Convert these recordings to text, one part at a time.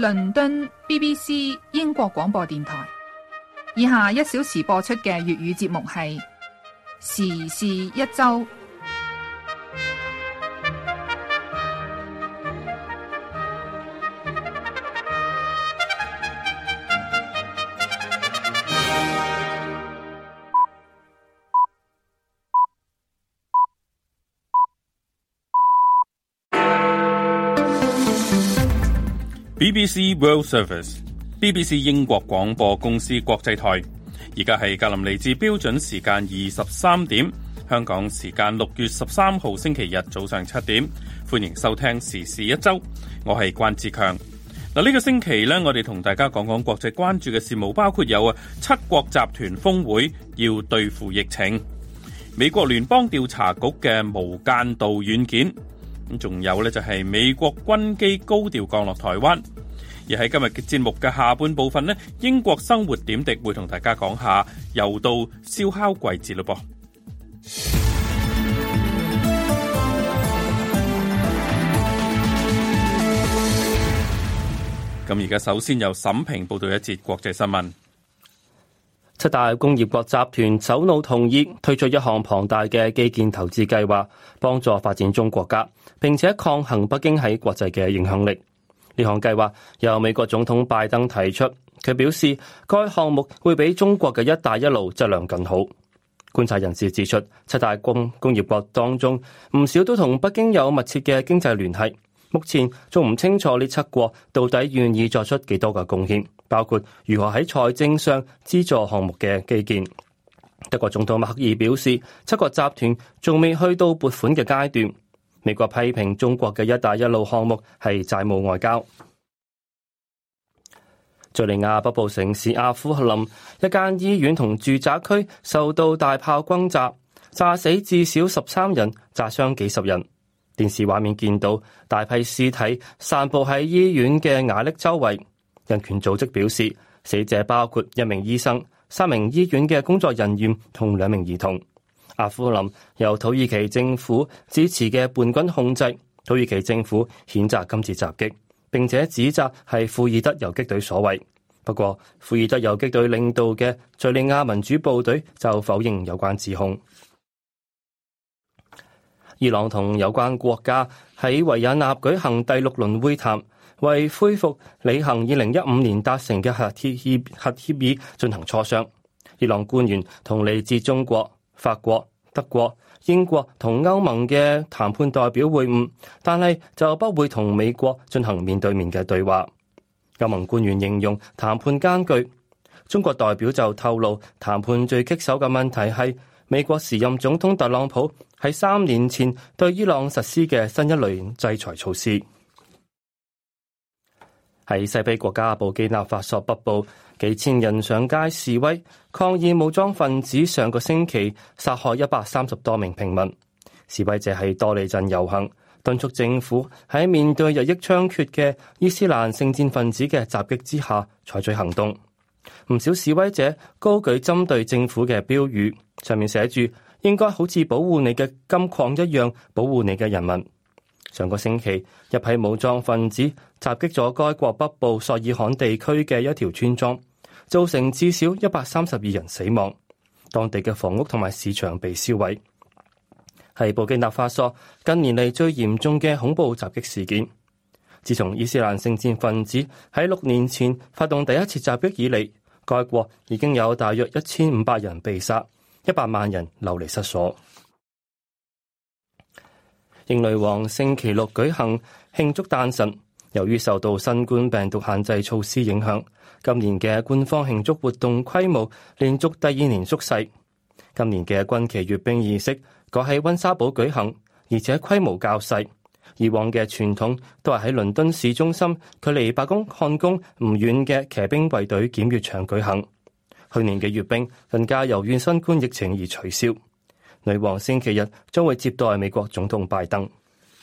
倫敦 BBC 英國廣播電台。以下1小時播出嘅粵語節目係時事一周。 BBC World Service，BBC 英國廣播公司國際台。而家係格林尼治標準時間23點，香港時間6月13號星期日早上7點。歡迎收聽時事一周，我係關志強。呢個星期呢，我哋同大家講講國際關注嘅事務，包括有七國集團峰會要對付疫情，美國聯邦調查局嘅無間道軟件，咁仲有呢，就係美國軍機高調降落台灣。而喺今日嘅節目嘅下半部分呢，英國生活點滴會同大家講下，又到燒烤季節咯噃。咁而家首先由沈平報道一節國際新聞。 七大工業國集團首腦同意推出一項龐大嘅基建投資計劃，幫助發展中國家，並且抗衡北京喺國際嘅影響力。呢項計劃由美國總統拜登提出，佢表示該項目會比中國嘅一帶一路質量更好。觀察人士指出，七大工業國當中唔少都同北京有密切嘅經濟聯繫，目前仲唔清楚呢七國到底願意作出幾多嘅貢獻，包括如何喺財政上資助項目嘅基建。德國總統默克爾表示，七國集團仲未去到撥款嘅階段。美國批評中國嘅一帶一路項目係債務外交。敘利亞北部城市阿夫林一間醫院同住宅區受到大炮轟炸，炸死至少13人，炸傷幾十人。電視畫面見到大批屍體散布喺醫院嘅瓦礫周圍。人權組織表示，死者包括1名醫生、3名醫院嘅工作人員同2名兒童。阿夫林由土耳其政府支持嘅叛軍控制，土耳其政府譴責今次襲擊，並且指責係庫爾德游擊隊所為。不過，庫爾德游擊隊領導嘅敘利亞民主部隊就否認有關指控。伊朗同有關國家喺維也納舉行第6輪會談，為恢復履行2015年達成嘅核協議進行磋商。伊朗官員同嚟自中國、法國、德國、英國同歐盟嘅談判代表會晤，但係就不會同美國進行面對面嘅對話。歐盟官員形容談判艱巨，中國代表就透露談判最棘手嘅問題係美國時任總統特朗普喺3年前對伊朗實施嘅新一輪制裁措施。喺西非國家布基納法索北部，幾千人上街示威，抗議武裝分子上個星期殺害130多名平民。示威者喺多利鎮遊行，敦促政府喺面對日益猖獗嘅伊斯蘭聖戰分子嘅襲擊之下採取行動。唔少示威者高舉針對政府嘅標語，上面寫住應該好似保護你嘅金礦一樣保護你嘅人民。上個星期，一批武裝分子襲擊咗該國北部索爾罕地區嘅一條村莊，造成至少132人死亡，當地嘅房屋同埋市場被燒毀，係布基納法索近年嚟最嚴重嘅恐怖襲擊事件。自從伊斯蘭聖戰分子喺6年前發動第一次襲擊以嚟，該國已經有大約1500人被殺，100萬人流離失所。英女王星期六舉行慶祝誕辰，由於受到新冠病毒限制措施影響，今年嘅官方慶祝活動規模連續第2年縮細。今年嘅軍旗閱兵儀式改喺溫莎堡舉行，而且規模較細。以往嘅傳統都係喺倫敦市中心距離白金漢宮唔遠嘅騎兵衛隊檢閱場舉行。去年嘅閱兵更加由於新冠疫情而取消。女王星期日將會接待美國總統拜登。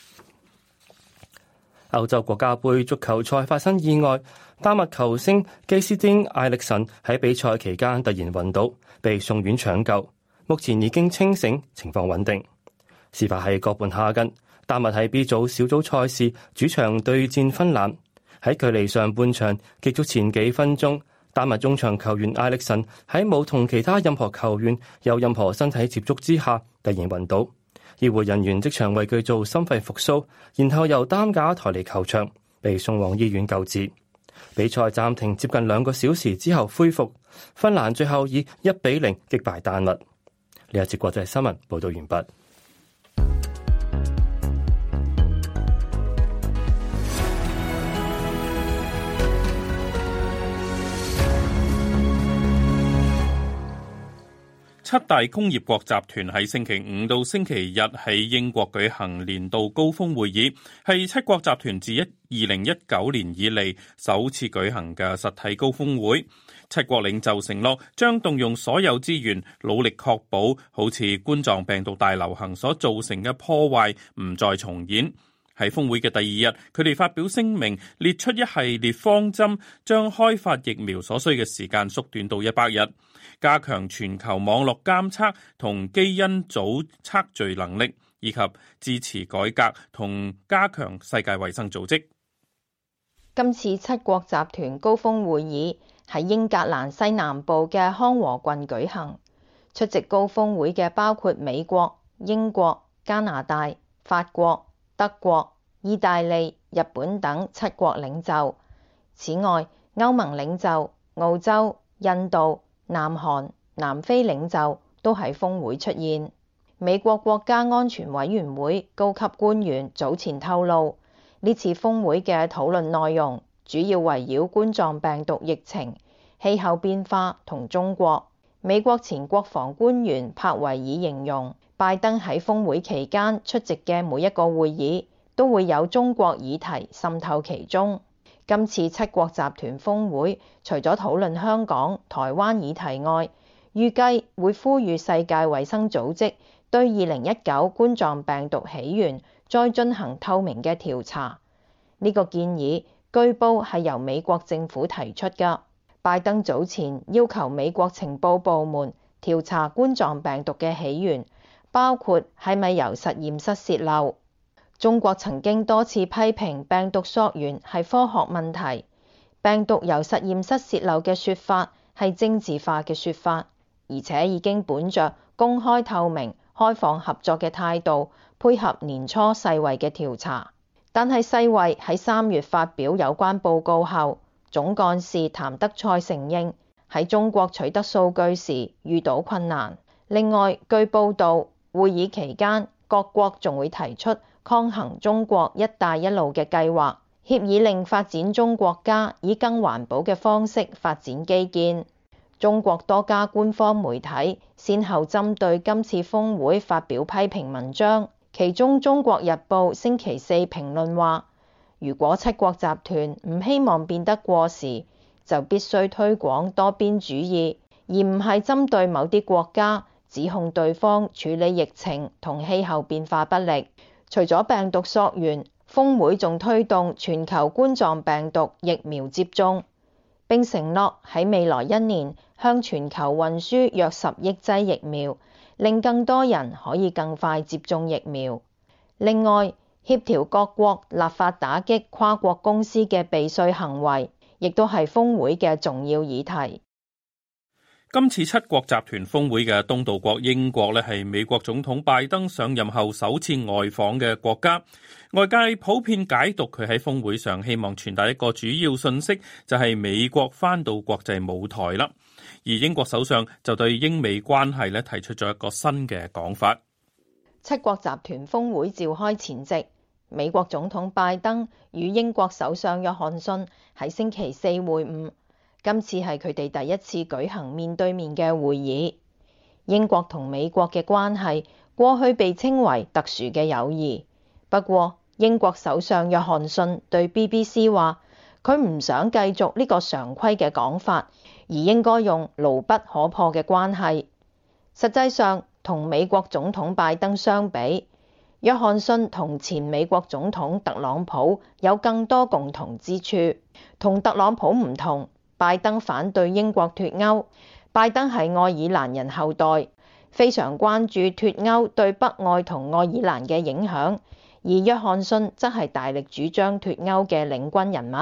歐洲國家盃足球賽發生意外，丹麥球星基斯丁艾力神喺比賽期間突然暈倒，被送院搶救，目前已經清醒，情況穩定。事發喺哥本哈根，丹麥喺 B 組小組賽事主場對戰芬蘭， 喺距離上半場結束前幾分鐘，丹麥中場球員艾力神喺冇同其他任何球員有任何身體接觸之下突然暈倒，醫護人員即場為佢做心肺復甦，然後由擔架抬離球場，被送往醫院救治。比賽暫停接近2個小時之後恢復，芬蘭最後以1-0擊敗丹麥。呢一節國際新聞報道完畢。 7大工業國集團喺星期五到星期日喺英國舉行年度高峰會議，係七國集團自2019年以嚟首次舉行嘅實體高峰會。七國領袖承諾將動用所有資源，努力確保好似冠狀病毒大流行所造成嘅破壞唔再重演。喺峰會嘅第二日，佢哋發表聲明，列出一系列方針，將開發疫苗所需嘅時間縮短到100日，加強全球網絡監測同基因組測序能力，以及支持改革同加強世界衛生組織。 今次七國集團高峰會議喺英格蘭西南部嘅康和郡舉行，出席高峰會嘅包括美國、英國、加拿大、法國、德國、意大利、日本等七國領袖。此外，歐盟領袖、澳洲、印度、南韓、南非領袖都喺峰會出現。美國國家安全委員會高級官員早前透露，呢次峰會嘅討論內容主要圍繞冠狀病毒疫情、氣候變化同中國。美國前國防官員柏維爾形容，拜登喺峰會期間出席嘅每一個會議都會有中國議題滲透其中。今次七國集團峰會除咗討論香港、台灣議題外，預計會呼籲世界衛生組織對2019冠狀病毒起源再進行透明嘅調查。呢個建議據報係由美國政府提出㗎。拜登早前要求美國情報部門調查冠狀病毒嘅起源，包括係咪由實驗室洩漏。中國曾經多次批評病毒溯源係科學問題，病毒由實驗室洩漏嘅說法係政治化嘅說法，而且已經本着公開透明、開放合作嘅態度，配合年初世衛嘅調查。但係世衛喺3月發表有關報告後，總幹事譚德塞承認喺中國取得數據時遇到困難。另外，據報道，會議期間各國仲會提出抗衡中國一帶一路嘅計劃，協議令發展中國家以更環保嘅方式發展基建。中國多家官方媒體先後針對今次峰會發表批評文章，其中《中國日報》星期四評論話，如果七國集團唔希望變得過時，就必須推廣多邊主義，而唔係針對某啲國家，指控對方處理疫情同氣候變化不力。除咗病毒溯源，峰會仲推動全球冠狀病毒疫苗接種，並承諾喺未來1年向全球運輸約10億劑疫苗，令更多人可以更快接種疫苗。另外，協調各國立法打擊跨國公司嘅避稅行為，亦都係峰會嘅重要議題。 今次七國集團峰會嘅東道國英國咧，係美國總統拜登上任後首次外訪嘅國家。外界普遍解讀佢喺峰會上希望傳達一個主要信息，就係美國返到國際舞台啦。而英國首相就對英美關係咧提出咗一個新嘅講法。 七國集團峰會召開前夕，美國總統拜登與英國首相約翰遜喺星期四會晤。今次係佢哋第一次舉行面對面嘅會議。英國同美國嘅關係過去被稱為特殊嘅友誼，不過英國首相約翰遜對 BBC 話，佢唔想繼續呢個常規嘅講法，而應該用牢不可破嘅關係。實際上，同美國總統拜登相比，約翰遜同前美國總統特朗普有更多共同之處。同特朗普唔同，拜登反對英國脫歐。拜登係愛爾蘭人後代，非常關注脫歐對北愛同愛爾蘭嘅影響，而約翰遜則係大力主張脫歐嘅領軍人物。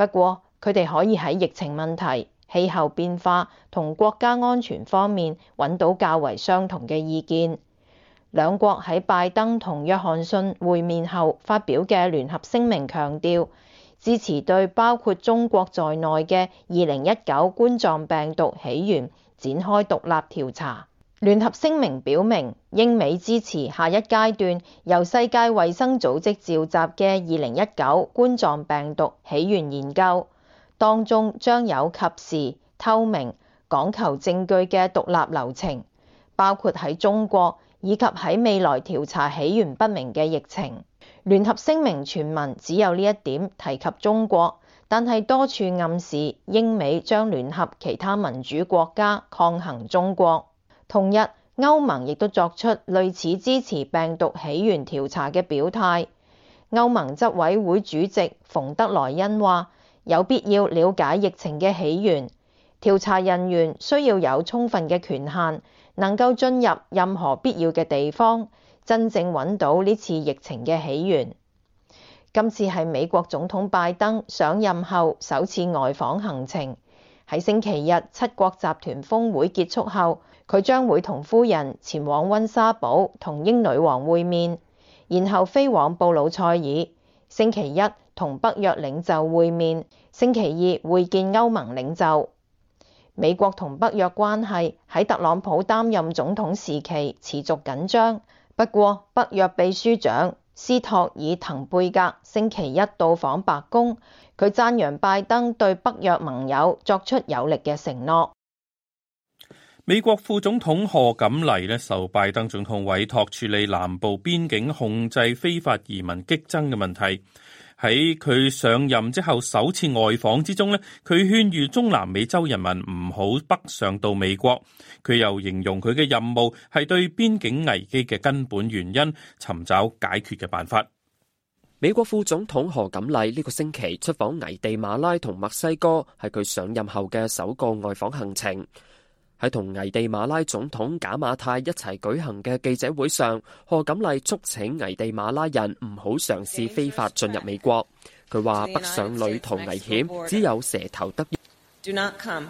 不過，佢哋可以喺疫情問題、氣候變化同國家安全方面揾到較為相同嘅意見。兩國喺拜登同約翰遜會面後發表嘅聯合聲明強調，支持對包括中國在內嘅2019冠狀病毒起源展開獨立調查。聯合聲明表明，英美支持下一階段由世界衛生組織召集嘅2019冠狀病毒起源研究，當中將有及時、透明、講求證據嘅獨立流程，包括喺中國以及喺未來調查起源不明嘅疫情。聯合聲明全文只有呢一點提及中國，但係多處暗示英美將聯合其他民主國家抗衡中國。同日，歐盟亦都作出類似支持病毒起源調查嘅表態。歐盟執委會主席馮德萊恩話，有必要了解疫情嘅起源，調查人員需要有充分嘅權限，能夠進入任何必要嘅地方，真正揾到呢次疫情嘅起源。今次係美國總統拜登上任後首次外訪行程。喺星期日七國集團峰會結束後，佢將會同夫人前往溫莎堡同英女王會面，然後飛往布魯塞爾。星期一同北約領袖會面，星期二會見歐盟領袖。美國同北約關係喺特朗普擔任總統時期持續緊張，不過北約秘書長斯托爾滕貝格星期一到訪白宮，佢讚揚拜登對北約盟友作出有力嘅承諾。 美國副總統賀錦麗受拜登總統委託處理南部邊境控制非法移民激增嘅問題。喺佢上任之後首次外訪之中，佢勸喻中南美洲人民唔好北上到美國。佢又形容佢嘅任務係對邊境危機嘅根本原因尋找解決嘅辦法。 美國副總統賀錦麗呢個星期出訪危地馬拉同墨西哥，係佢上任後嘅首個外訪行程。喺同危地馬拉總統賈馬泰一齊舉行嘅記者會上，賀錦麗促請危地馬拉人唔好嘗試非法進入美國。佢話北上旅途危險，只有蛇頭得益。 Do not come.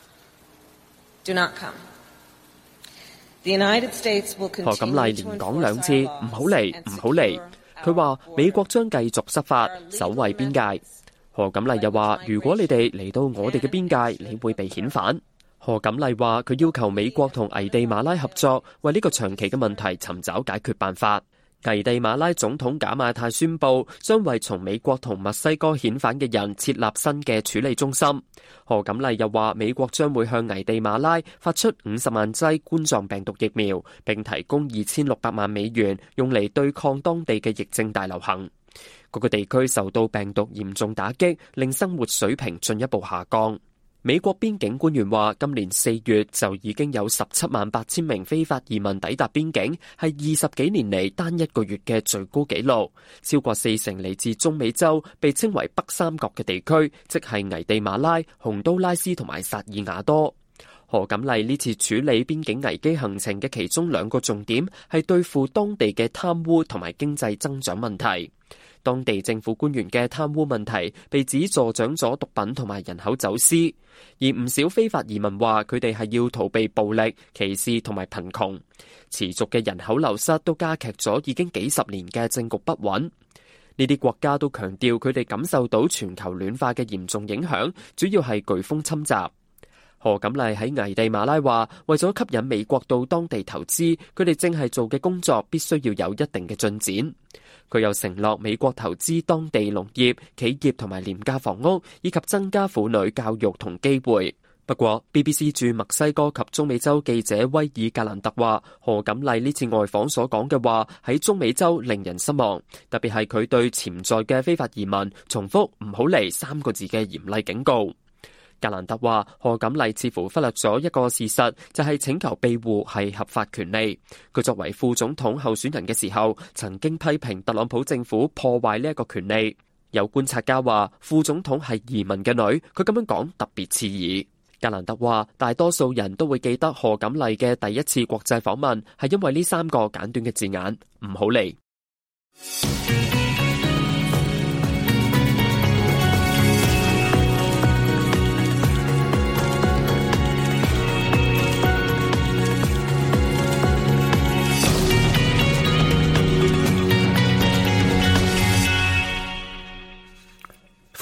Do not come. The United States will continue to enforce our laws. 賀錦麗連講兩次唔好嚟，唔好嚟。佢話美國將繼續執法，守衛邊界。賀錦麗又話，如果你哋嚟到我哋嘅邊界，你會被遣返。賀錦麗話，佢要求美國同危地馬拉合作，為呢個長期嘅問題尋找解決辦法。危地馬拉總統賈馬泰宣布，將為從美國同墨西哥遣返嘅人設立新嘅處理中心。賀錦麗又話，美國將會向危地馬拉發出50萬劑冠狀病毒疫苗，並提供2600萬美元，用嚟對抗當地嘅疫症大流行。各個地區受到病毒嚴重打擊，令生活水平進一步下降。美國邊境官員話，今年4月就已經有178000名非法移民抵達邊境，係20幾年嚟單一個月嘅最高紀錄。超過40%嚟自中美洲，被稱為北三角嘅地區，即係危地馬拉、洪都拉斯同埋薩爾瓦多。賀錦麗呢次處理邊境危機行程嘅其中2個重點係對付當地嘅貪污同埋經濟增長問題。當地政府官員嘅貪污問題被指助長咗毒品同埋人口走私，而唔少非法移民話佢哋係要逃避暴力、歧視同埋貧窮。持續嘅人口流失都加劇咗已經幾十年嘅政局不穩。呢啲國家都強調佢哋感受到全球暖化嘅嚴重影響，主要係颶風侵襲。賀錦麗喺危地馬拉話，為咗吸引美國到當地投資，佢哋正係做嘅工作必須要有一定嘅進展。佢又承諾美國投資當地農業、企業同埋廉價房屋，以及增加婦女教育同機會。不過 BBC 駐墨西哥及中美洲記者威爾格蘭特話，賀錦麗呢次外訪所講嘅話喺中美洲令人失望，特別係佢對潛在嘅非法移民重複唔好嚟3個字嘅嚴厲警告。格蘭特話，賀錦麗似乎忽略咗一個事實，就係請求庇護係合法權利。佢作為副總統候選人嘅時候，曾經批評特朗普政府破壞呢一個權利。有觀察家話，副總統係移民嘅女，佢咁樣講特別刺耳。格蘭特話，大多數人都會記得賀錦麗嘅第一次國際訪問，係因為呢3個簡短嘅字眼，唔好嚟。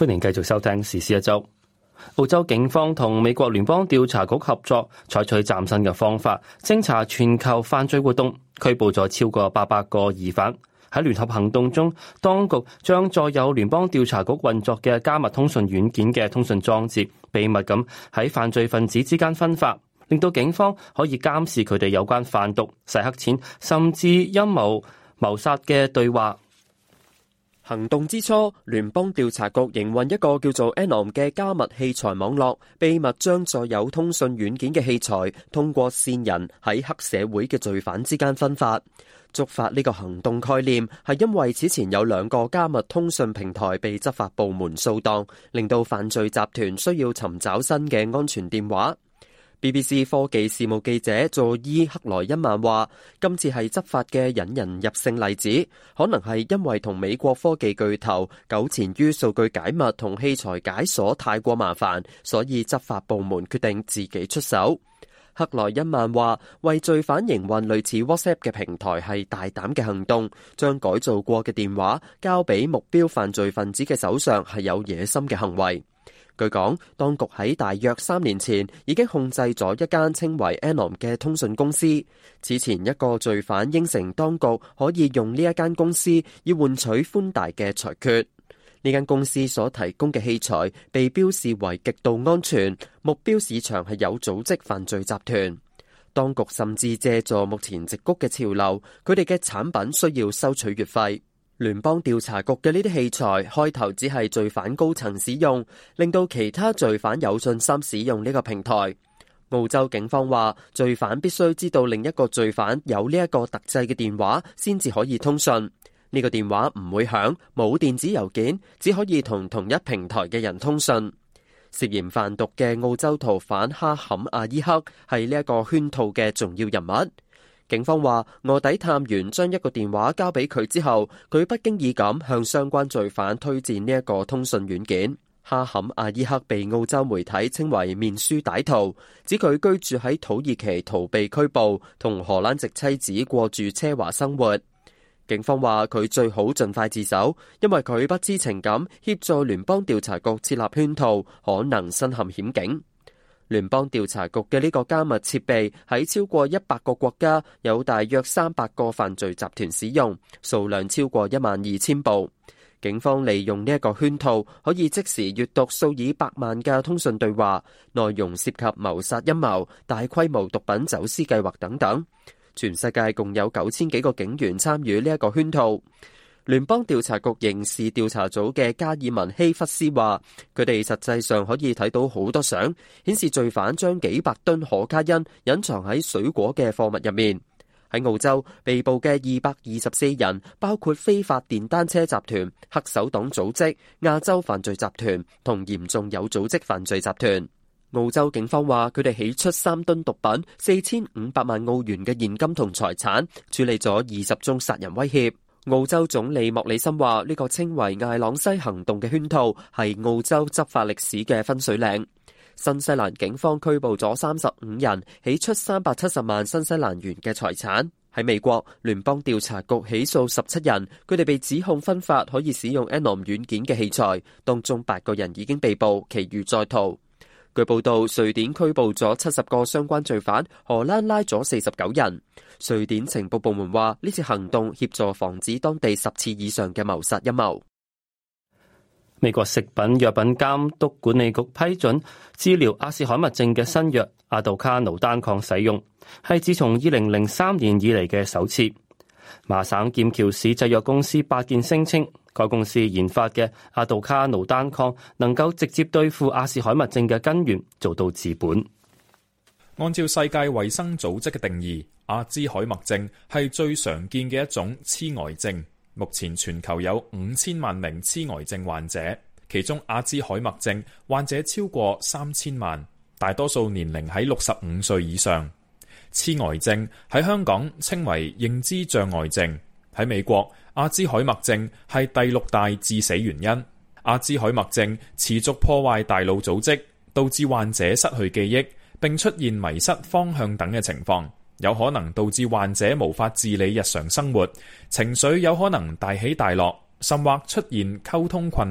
歡迎繼續收聽時事一周。澳洲警方同美國聯邦調查局合作，採取嶄新嘅方法偵查全球犯罪活動，拘捕咗超過800個疑犯。喺聯合行動中，當局將載有聯邦調查局運作嘅加密通訊軟件嘅通訊裝置秘密咁喺犯罪分子之間分發，令到警方可以監視佢哋有關販毒、洗黑錢甚至陰謀謀殺嘅對話。 行動之初，聯邦調查局營運一個叫做 Anom 嘅加密器材網絡，秘密將載有通訊軟件嘅器材通過線人喺黑社會嘅罪犯之間分發。觸發呢個行動概念係因為此前有2個加密通訊平台被執法部門掃蕩，令到犯罪集團需要尋找新嘅安全電話。BBC 科技事務記者佐伊克萊恩曼話，今次係執法嘅引人入勝例子，可能係因為同美國科技巨頭糾纏於數據解密同器材解鎖太過麻煩，所以執法部門決定自己出手。克萊恩曼話，為罪犯營運類似 WhatsApp 嘅平台係大膽嘅行動，將改造過嘅電話交俾目標犯罪分子嘅手上係有野心嘅行為。據講，當局喺大約3年前已經控制咗一間稱為 Anom 嘅通訊公司。此前一個罪犯應承當局可以用呢一間公司以換取寬大嘅裁決。呢間公司所提供嘅器材被標示為極度安全，目標市場係有組織犯罪集團。當局甚至借助目前矽谷嘅潮流，佢哋嘅產品需要收取月費。聯邦調查局嘅呢啲器材開頭只係罪犯高層使用，令到其他罪犯有信心使用呢個平台。澳洲警方話，罪犯必須知道另一個罪犯有呢一個特製嘅電話，先至可以通訊。呢個電話唔會響，冇電子郵件，只可以同同一平台嘅人通訊。涉嫌販毒嘅澳洲逃犯哈坎阿伊克係呢一個圈套嘅重要人物。警方話，臥底探員將一個電話交俾佢之後，佢不經意咁向相關罪犯推薦呢一個通訊軟件。哈坎阿伊克被澳洲媒體稱為面書歹徒，指佢居住喺土耳其逃避拘捕，同荷蘭籍妻子過住奢華生活。警方話佢最好盡快自首，因為佢不知情咁協助聯邦調查局設立圈套，可能身陷險境。聯邦調查局嘅呢個加密設備喺超過100個國家有大約300個犯罪集團使用，數量超過12000部。警方利用呢一個圈套，可以即時閱讀數以百萬嘅通訊對話，內容涉及謀殺陰謀、大規模毒品走私計劃等等。全世界共有9000幾個警員參與呢一個圈套。聯邦調查局刑事調查組嘅加爾文希弗斯話，佢哋實際上可以睇到好多相，顯示罪犯將幾百噸可卡因隱藏喺水果嘅貨物入面。喺澳洲被捕嘅224人，包括非法電單車集團、黑手黨組織、亞洲犯罪集團同嚴重有組織犯罪集團。澳洲警方話，佢哋起出3噸毒品、4500萬澳元嘅現金同財產，處理咗20宗殺人威脅。澳洲總理莫里森話，呢個稱為艾朗西行動嘅圈套係澳洲執法歷史嘅分水嶺。新西蘭警方拘捕咗35人，起出370萬新西蘭元嘅財產。喺美國，聯邦調查局起訴17人，佢哋被指控分發可以使用 Anom 軟件嘅器材，當中8個人已經被捕，其餘在逃。據報道，瑞典拘捕咗70個相關罪犯，荷蘭拉咗49人。瑞典情報部門話，呢次行動協助防止當地10次以上嘅謀殺陰謀。 美國食品藥品監督管理局批准治療阿斯海默症嘅新藥阿杜卡奴單抗使用，係自從2003年以嚟嘅首次。麻省劍橋市製藥公司8件聲稱，該公司研發嘅阿杜卡奴單抗能夠直接對付阿斯海默症嘅根源，做到治本。 按照世界衛生組織嘅定義，阿茲海默症係最常見嘅一種痴呆症。目前全球有5000萬名痴呆症患者，其中阿茲海默症患者超過3000萬，大多數年齡喺65歲以上。痴呆症喺香港稱為認知障礙症，喺美國阿茲海默症係第6大致死原因。阿茲海默症持續破壞大腦組織，導致患者失去記憶，並出現迷失方向等嘅情況，有可能導致患者無法自理日常生活，情緒有可能大起大落，甚或出現溝通困難，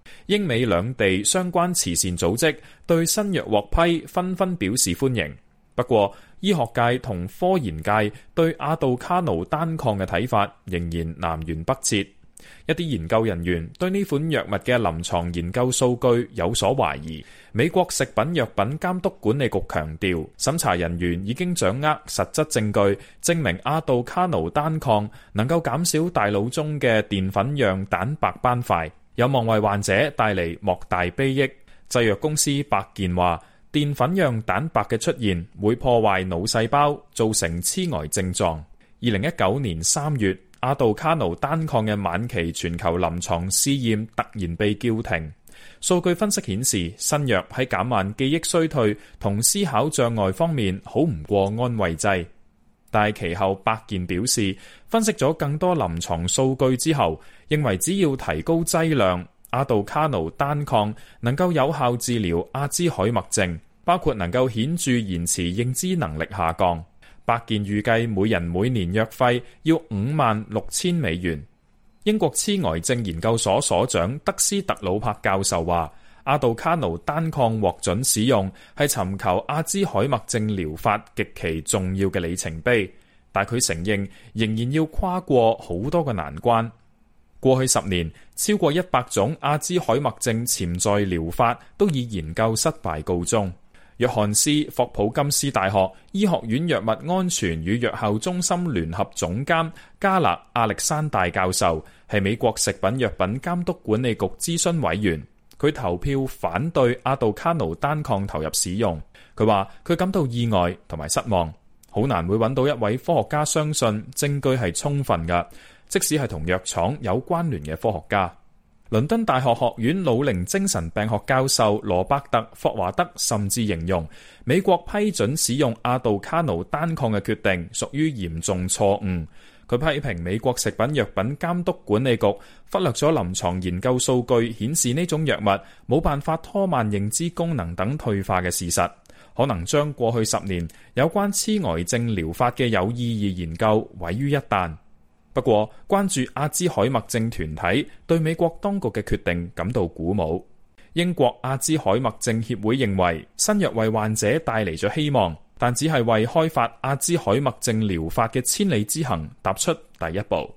英美兩地相關慈善組織對新藥獲批紛紛表示歡迎。不過，醫學界同科研界對阿杜卡奴單抗嘅睇法仍然南轅北轍。一啲研究人員對呢款藥物嘅臨床研究數據有所懷疑。美國食品藥品監督管理局強調，審查人員已經掌握實質證據，證明阿杜卡奴單抗能夠減少大腦中嘅澱粉樣蛋白斑塊，有望為患者帶嚟莫大裨益。製藥公司百健話，澱粉樣蛋白嘅出現會破壞腦細胞，造成痴呆症狀。2019年3月，阿杜卡奴單抗嘅晚期全球臨床試驗突然被叫停。數據分析顯示，新藥喺減慢記憶衰退同思考障礙方面好唔過安慰劑。但係其後百健表示，分析咗更多臨床數據之後，認為只要提高劑量，阿杜卡奴單抗能夠有效治療阿茲海默症，包括能夠顯著延遲認知能力下降。百健預計每人每年藥費要$56,000。英國痴呆症研究所所長德斯特魯柏教授話，阿杜卡奴單抗獲准使用係尋求阿茲海默症療法極其重要嘅里程碑，但佢承認仍然要跨過好多個難關。過去10年，超過100種阿茲海默症潛在療法都以研究失敗告終。約翰斯霍普金斯大學醫學院藥物安全與藥效中心聯合總監加勒亞歷山大教授係美國食品藥品監督管理局諮詢委員，佢投票反對阿杜卡奴單抗投入使用。佢話佢感到意外同埋失望，好難會揾到一位科學家相信證據係充分㗎，即使係同藥廠有關聯嘅科學家。倫敦大學學院老齡精神病學教授羅伯特霍華德甚至形容，美國批准使用阿杜卡奴單抗嘅決定屬於嚴重錯誤。佢批評美國食品藥品監督管理局忽略咗臨床研究數據顯示呢種藥物冇辦法拖慢認知功能等退化嘅事實，可能將過去10年有關痴呆症療法嘅有意義研究毀於一旦。不過，關注阿茲海默症團體對美國當局嘅決定感到鼓舞。英國阿茲海默症協會認為，新藥為患者帶嚟咗希望，但只係為開發阿茲海默症療法嘅千里之行踏出第一步。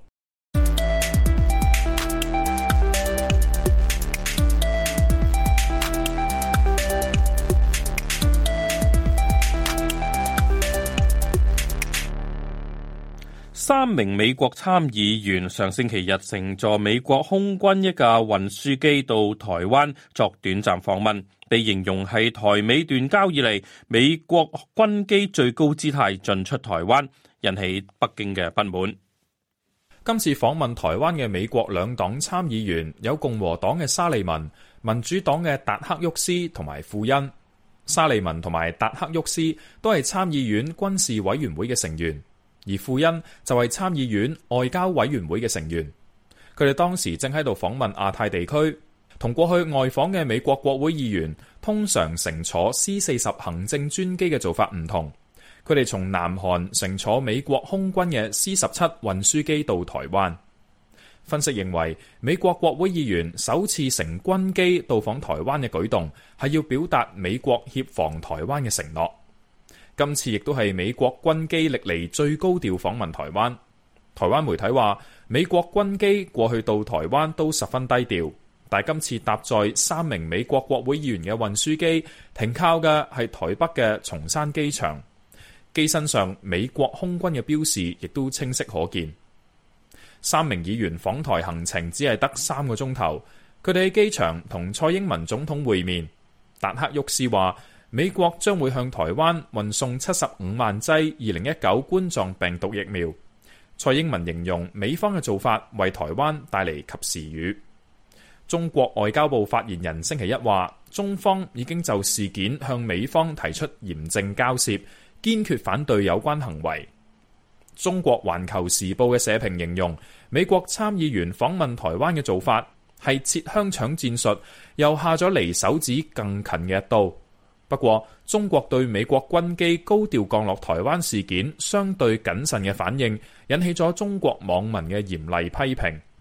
3名美國參議員上星期日乘坐美國空軍一架運輸機到台灣作短暫訪問，被形容係台美斷交以嚟美國軍機最高姿態進出台灣，引起北京嘅不滿。 今次訪問台灣嘅美國兩黨參議員有共和黨嘅沙利文、民主黨嘅達克沃斯同埋庫恩。沙利文同埋達克沃斯都係參議院軍事委員會嘅成員，而庫恩就係參議院外交委員會嘅成員。佢哋當時正喺度訪問亞太地區，同過去外訪嘅美國國會議員通常乘坐 C-40 行政專機嘅做法唔同。佢哋從南韓乘坐美國空軍嘅 C-17 運輸機到台灣。分析認為，美國國會議員首次乘軍機到訪台灣嘅舉動，係要表達美國協防台灣嘅承諾。今次亦都係美國軍機歷嚟最高調訪問台灣。台灣媒體話，美國軍機過去到台灣都十分低調，但今次搭載3名美國國會議員嘅運輸機停靠嘅係台北嘅松山機場，機身上美國空軍嘅標示亦都清晰可見。3名議員訪台行程只係得3個鐘頭，佢哋喺機場同蔡英文總統會面。達克沃斯話，美國將會向台灣運送75萬劑2019冠狀病毒疫苗。蔡英文形容美方嘅做法為台灣帶嚟及時雨。中國外交部發言人星期一話，中方已經就事件向美方提出嚴正交涉，堅決反對有關行為。中國環球時報嘅社評形容，美國參議員訪問台灣嘅做法係切香腸戰術，又下咗離手指更近嘅一刀。不過，中國對美國軍機高調降落台灣事件相對謹慎嘅反應，引起咗中國網民嘅嚴厲批評。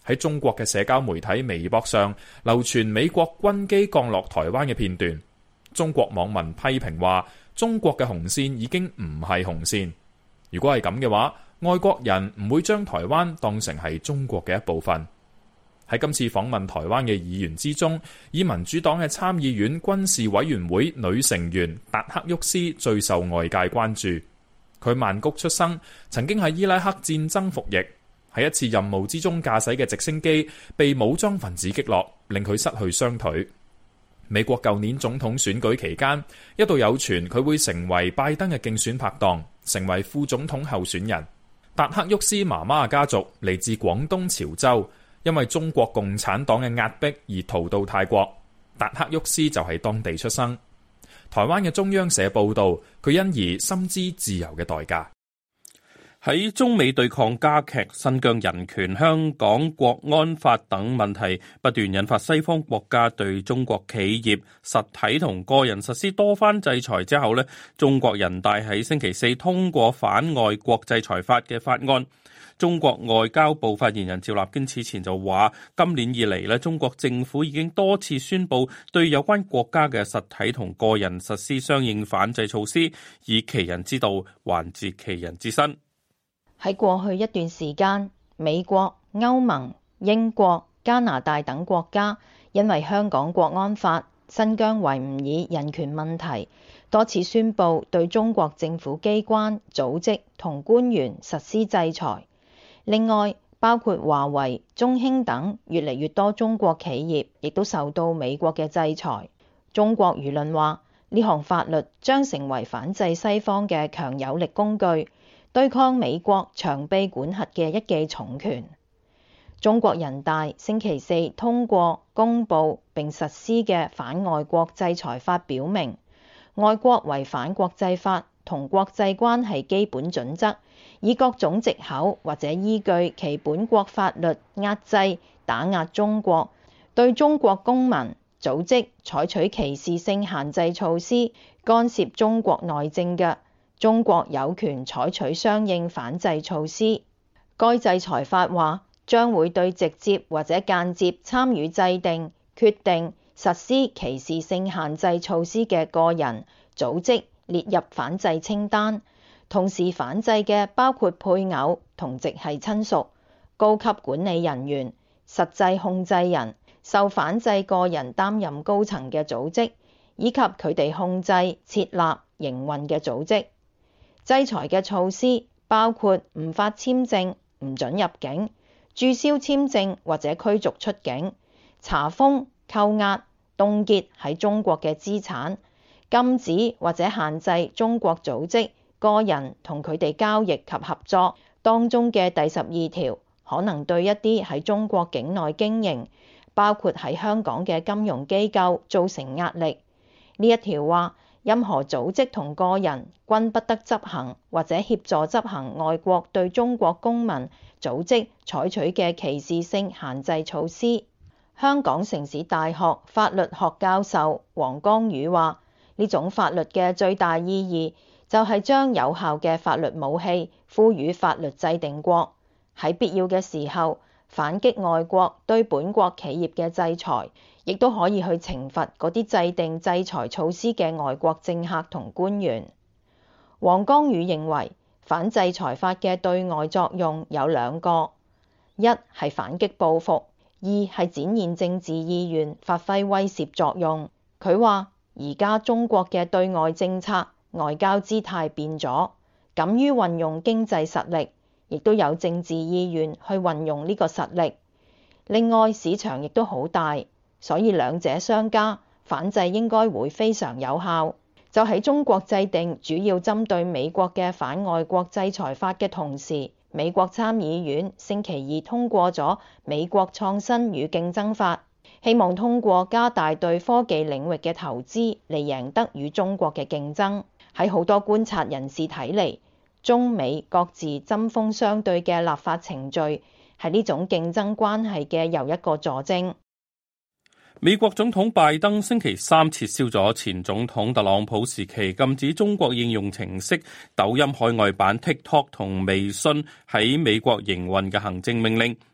喺中國嘅社交媒體微博上流傳美國軍機降落台灣嘅片段。中國網民批評話，中國嘅紅線已經唔係紅線。如果係咁嘅話，外國人唔會將台灣當成係中國嘅一部分。喺今次訪問台灣嘅議員之中，以民主黨嘅參議院軍事委員會女成員達克沃斯最受外界關注。佢曼谷出生，曾經喺伊拉克戰爭服役，喺一次任務之中駕駛嘅直升機被武裝分子擊落，令佢失去雙腿。美國舊年總統選舉期間，一度有傳佢會成為拜登嘅競選拍檔，成為副總統候選人。達克沃斯媽媽嘅家族嚟自廣東潮州，因為中國共產黨嘅壓迫而逃到泰國。達克沃斯就喺當地出生。台灣嘅中央社報道，佢因而深知自由嘅代價。 喺中美對抗加劇、新疆人權、香港國安法等問題不斷引發西方國家對中國企業、實體同個人實施多番制裁之後，中國人大喺星期四通過反外國制裁法嘅法案。中國外交部發言人趙立堅此前就話，今年以嚟中國政府已經多次宣布對有關國家嘅實體同個人實施相應反制措施，以其人之道還治其人之身。 喺過去一段時間，美國、歐盟、英國、加拿大等國家因為香港國安法、新疆維吾爾人權問題，多次宣布對中國政府機關、組織同官員實施制裁。另外，包括華為、中興等越嚟越多中國企業亦都受到美國嘅制裁。中國輿論話，呢項法律將成為反制西方嘅強有力工具，對抗美國長臂管轄嘅一記重拳。中國人大星期四通過、公佈並實施嘅反外國制裁法表明，外國違反國際法同國際關係基本準則，以各種藉口或者依據其本國法律壓制、打壓中國，對中國公民、組織採取歧視性限制措施，干涉中國內政嘅，中國有權採取相應反制措施。該制裁法話，將會對直接或者間接參與制定、決定、實施歧視性限制措施嘅個人、組織列入反制清單。同時反制嘅包括配偶同直系親屬、高級管理人員、實際控制人、受反制個人擔任高層嘅組織，以及佢哋控制、設立、營運嘅組織。制裁嘅措施包括唔發簽證、唔准入境、註銷簽證或者驅逐出境、查封、扣押、凍結喺中國嘅資產、禁止或者限制中國組織、個人同佢哋交易及合作。當中嘅第12條可能對一啲喺中國境內經營，包括喺香港嘅金融機構造成壓力。呢一條話，任何組織同個人均不得執行或者協助執行外國對中國公民、組織採取嘅歧視性限制措施。香港城市大學法律學教授黃光宇話，呢種法律嘅最大意義就係將有效嘅法律武器賦予法律制定國，喺必要嘅時候反擊外國對本國企業嘅制裁，亦都可以去懲罰嗰啲制定制裁措施嘅外國政客同官員。黃光宇認為，反制裁法嘅對外作用有兩個，一係反擊報復，二係展現政治意願，發揮威懾作用。佢話，而家中國嘅對外政策、外交姿態變咗，敢於運用經濟實力，亦都有政治意願去運用呢個實力。另外，市場亦都好大，所以兩者相加，反制應該會非常有效。就喺中國制定主要針對美國嘅反外國制裁法嘅同時，美國參議院星期二通過咗美國創新與競爭法，希望通過加大對科技領域嘅投資嚟贏得與中國嘅競爭。喺好多觀察人士睇嚟，中美各自針鋒相對嘅立法程序係呢種競爭關係嘅又一個佐證。 美國總統拜登星期三撤銷咗前總統特朗普時期禁止中國應用程式抖音海外版 TikTok 同微信喺美國營運嘅行政命令，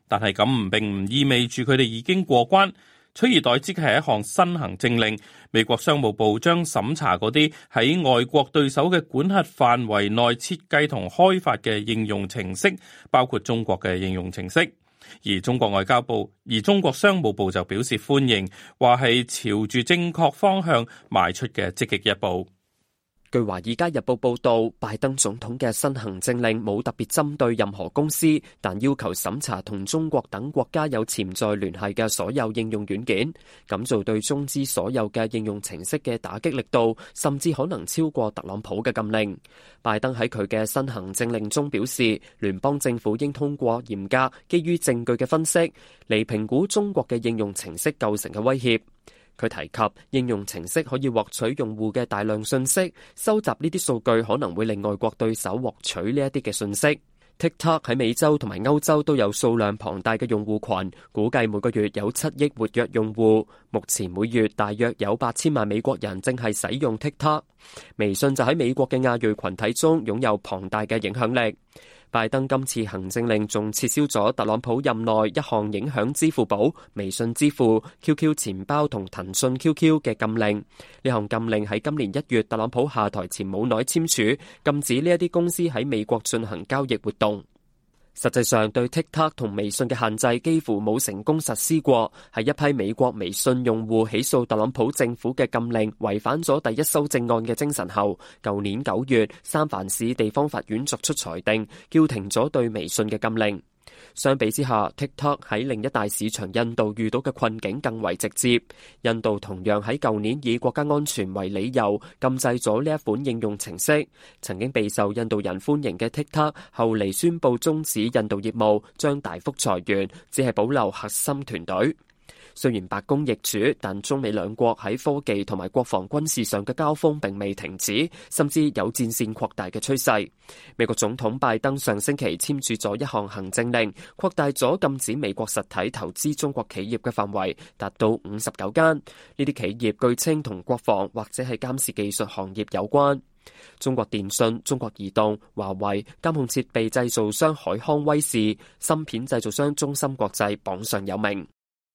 但係咁並唔意味住佢哋已經過關。取而代之嘅係一項新行政令，美國商務部將審查嗰啲喺外國對手嘅管轄範圍內設計同開發嘅應用程式，包括中國嘅應用程式。而中國商務部就表示歡迎，話係朝住正確方向邁出嘅積極一步。 據《華爾街日報》報道，拜登總統嘅新行政令冇特別針對任何公司，但要求審查同中國等國家有潛在聯繫嘅所有應用軟件。咁做對中資所有嘅應用程式嘅打擊力度，甚至可能超過特朗普嘅禁令。拜登喺佢嘅新行政令中表示，聯邦政府應通過嚴格基於證據嘅分析，嚟評估中國嘅應用程式構成嘅威脅。佢提及應用程式可以獲取用戶嘅大量信息，收集呢啲數據可能會令外國對手獲取呢一啲嘅信息。TikTok 喺美洲同埋歐洲都有數量龐大嘅用戶群，估計每個月有7億活躍用戶。目前每月大約有8000萬美國人正係使用 TikTok。微信就喺美國嘅亞裔群體中擁有龐大嘅影響力。拜登今次行政令仲撤銷咗特朗普任內一項影響支付寶、微信支付、QQ 錢包同騰訊 QQ 嘅禁令。呢項禁令喺今年1月特朗普下台前冇耐簽署，禁止呢一啲公司喺美國進行交易活動。實際上，對 TikTok 同微信嘅限制幾乎冇成功實施過。喺一批美國微信用戶起訴特朗普政府嘅禁令違反咗第一修正案嘅精神後，舊年9月，三藩市地方法院作出裁定，叫停咗對微信嘅禁令。相比之下 ，TikTok 喺另一大市場印度遇到嘅困境更為直接。印度同樣喺舊年以國家安全為理由禁制咗呢一款應用程式。曾經備受印度人歡迎嘅 TikTok 後嚟宣布終止印度業務，將大幅裁員，只係保留核心團隊。雖然白宮易主，但中美兩國喺科技同埋國防軍事上嘅交鋒並未停止，甚至有戰線擴大嘅趨勢。美國總統拜登上星期簽署咗一項行政令，擴大咗禁止美國實體投資中國企業嘅範圍，達到59間。呢啲企業據稱同國防或者係監視技術行業有關。中國電信、中國移動、華為、監控設備製造商海康威視、芯片製造商中芯國際榜上有名。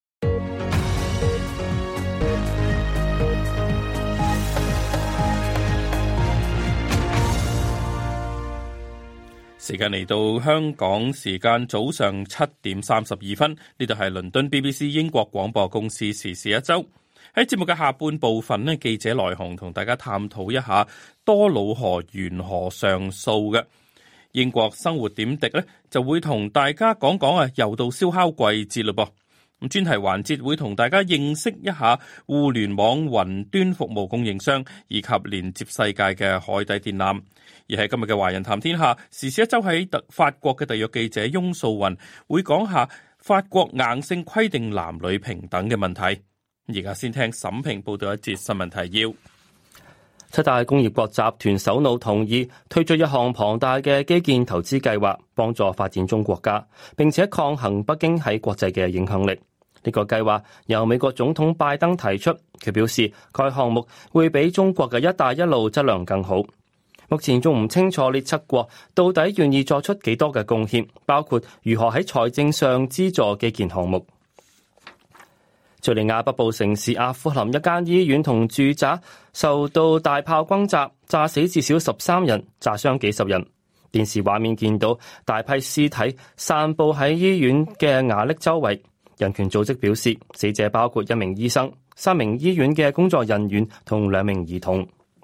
時間嚟到香港時間早上7:32，呢度係倫敦 BBC 英國廣播公司時事一周。喺節目嘅下半部分呢，記者來鴻同大家探討一下多瑙河沿河上訴嘅英國生活點滴呢，就會同大家講講又到燒烤季節嘞噃。咁專題環節會同大家認識一下互聯網雲端服務供應商以及連接世界嘅海底電纜。而喺今日嘅華人談天下，時事一周喺法國嘅特約記者翁素雲會講下法國硬性規定男女平等嘅問題。而家先聽沈平報道一節新聞提要。 七大工業國集團首腦同意推出一項龐大嘅基建投資計劃，幫助發展中國家，並且抗衡北京喺國際嘅影響力。呢個計劃由美國總統拜登提出，佢表示該項目會比中國嘅一帶一路質量更好。目前仲唔清楚呢7國到底願意作出幾多嘅貢獻，包括如何喺財政上資助基建項目。敘利亞北部城市阿富汗一間醫院同住宅受到大炮轟炸，炸死至少13人，炸傷幾十人。電視畫面見到大批屍體散佈喺醫院嘅瓦礫周圍。人權組織表示，死者包括1名醫生、3名醫院嘅工作人員同2名兒童。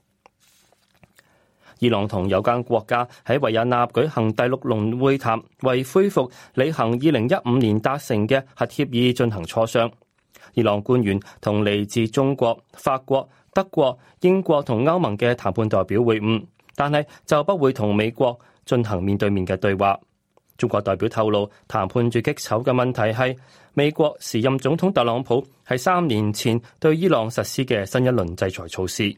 伊朗同有關國家喺維也納舉行第6輪會談，為恢復履行2015年達成嘅核協議進行磋商。伊朗官員同嚟自中國、法國、德國、英國同歐盟嘅談判代表會晤，但係就不會同美國進行面對面嘅對話。中國代表透露，談判最棘手嘅問題係美國時任總統特朗普喺3年前對伊朗實施嘅新一輪制裁措施。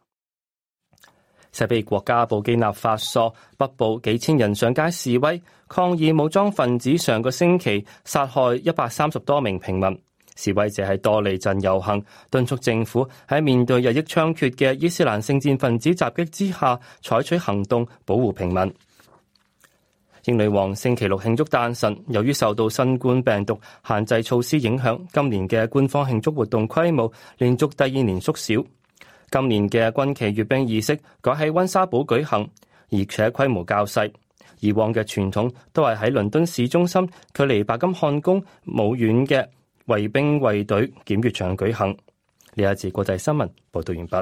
西非國家布基納法索北部幾千人上街示威，抗議武裝分子上個星期殺害130多名平民。示威者喺多利鎮遊行，敦促政府喺面對日益猖獗嘅伊斯蘭聖戰分子襲擊之下採取行動保護平民。 英女王星期六慶祝誕辰，由於受到新冠病毒限制措施影響，今年嘅官方慶祝活動規模連續第2年縮小。今年嘅軍旗閱兵儀式改喺溫莎堡舉行，而且規模較細。以往嘅傳統都係喺倫敦市中心距離白金漢宮冇遠嘅衛兵衛隊檢閱場舉行。呢一節國際新聞報道完畢。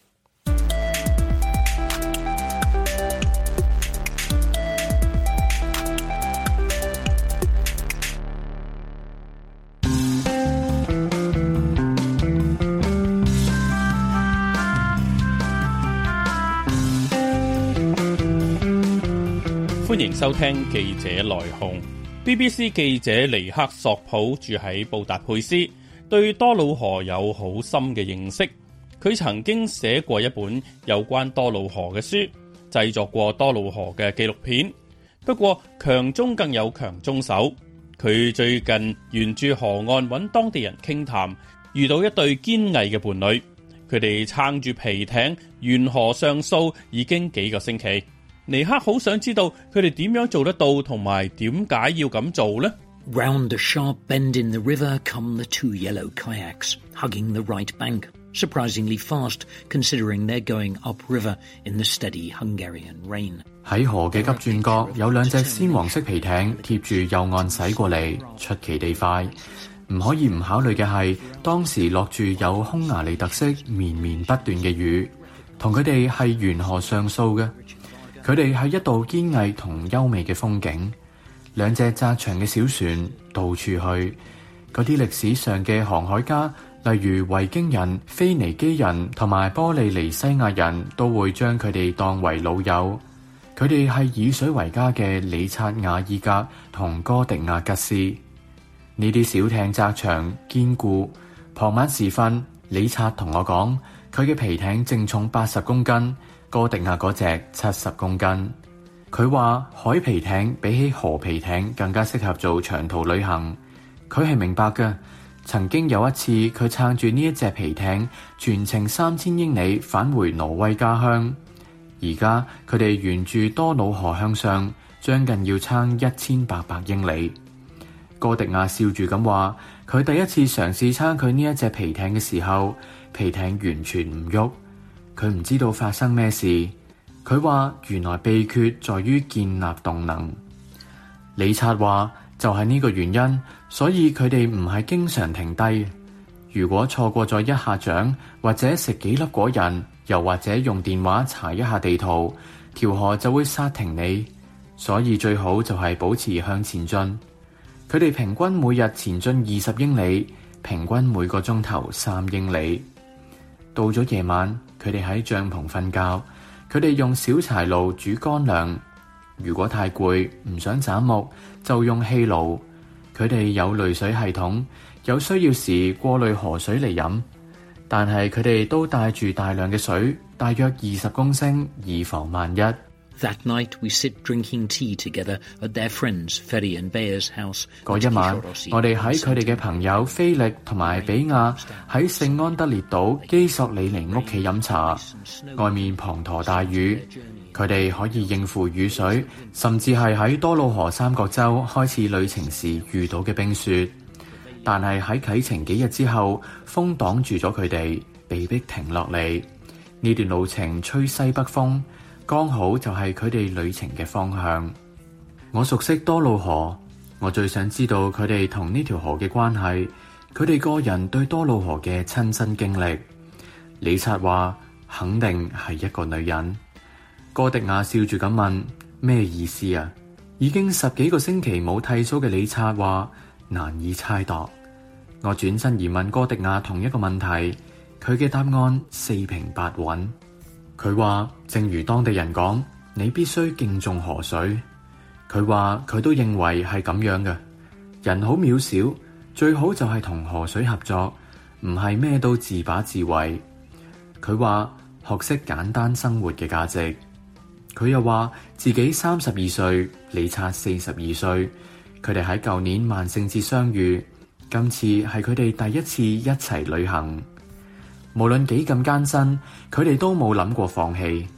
歡迎收聽記者來鴻。BBC 記者尼克索普住喺布達佩斯，對多瑙河有好深嘅認識。佢曾經寫過一本有關多瑙河嘅書，製作過多瑙河嘅紀錄片。不過強中更有強中手，佢最近沿住河岸揾當地人傾談，遇到一對堅毅嘅伴侶，佢哋撐住皮艇沿河上掃已經幾個星期。尼克好想知道佢哋點樣做得到，同埋點解要咁做呢？ Round a sharp bend in the river come the 2 yellow kayaks, hugging the right bank, surprisingly fast considering they're going upriver in the steady Hungarian rain. 喺河嘅急轉角有2隻鮮黃色皮艇貼住右岸駛過嚟，出奇地快。唔可以唔考慮嘅係，當時落住有匈牙利特色綿綿不斷嘅雨，同佢哋係沿河上掃嘅。佢哋係一道堅毅同優美嘅風景，2隻窄長嘅小船到處去。嗰啲歷史上嘅航海家，例如維京人、腓尼基人同埋波利尼西亞人，都會將佢哋當為老友。佢哋係以水為家嘅理察瓦爾格同哥迪亞吉斯。呢啲小艇窄長堅固。傍晚時分，理察同我講，佢嘅皮艇正重80公斤。哥迪亞嗰隻70公斤。佢話海皮艇比起河皮艇更加適合做長途旅行。佢係明白嘅。曾經有一次，佢撐住呢一隻皮艇全程3000英里返回挪威家鄉。而家佢哋沿住多瑙河向上，將近要撐1800英里。哥迪亞笑住咁話，佢第一次嘗試撐佢呢一隻皮艇嘅時候，皮艇完全唔喐。佢唔知道發生咩事，佢話原來秘訣在於建立動能。理察話就係呢個原因，所以佢哋唔係經常停低。如果錯過咗一下槳，或者食幾粒果仁，又或者用電話查一下地圖，條河就會剎停你。所以最好就係保持向前進。佢哋平均每日前進20英里，平均每個鐘頭3英里。到咗夜晚，佢哋喺帳篷瞓覺，佢哋用小柴爐煮乾糧。如果太攰唔想斬木，就用氣爐。佢哋有濾水系統，有需要時過濾河水嚟飲。但係佢哋都帶住大量嘅水，大約20公升，以防萬一。 That night we sit drinking tea together at their friends Ferry and Bayer's house. 嗰一晚，我哋喺佢哋嘅朋友菲力同埋比亞喺聖安德烈島基索里尼屋企飲茶。外面滂沱大雨，佢哋可以應付雨水，甚至係喺多瑙河三角洲開始旅程時遇到嘅冰雪。但係喺啟程幾日之後，風擋住咗佢哋，被迫停落嚟。呢段路程吹西北風，剛好就係佢哋旅程嘅方向。我熟悉多瑙河，我最想知道佢哋同呢條河嘅關係，佢哋個人對多瑙河嘅親身經歷。理察話肯定係一個女人。哥迪亞笑住咁問，咩意思啊？已經10幾個星期冇剃鬚嘅理察話難以猜度。我轉身而問哥迪亞同一個問題，佢嘅答案4平8穩。佢話正如當地人講，你必須敬重河水。佢話佢都認為係咁樣嘅。人好渺小，最好就係同河水合作，唔係咩都自把自為。佢話學識簡單生活嘅價值。佢又話自己32歲，理察42歲，佢哋喺舊年萬聖節相遇，今次係佢哋第一次一齊旅行。無論幾咁艱辛，佢哋都冇諗過放棄。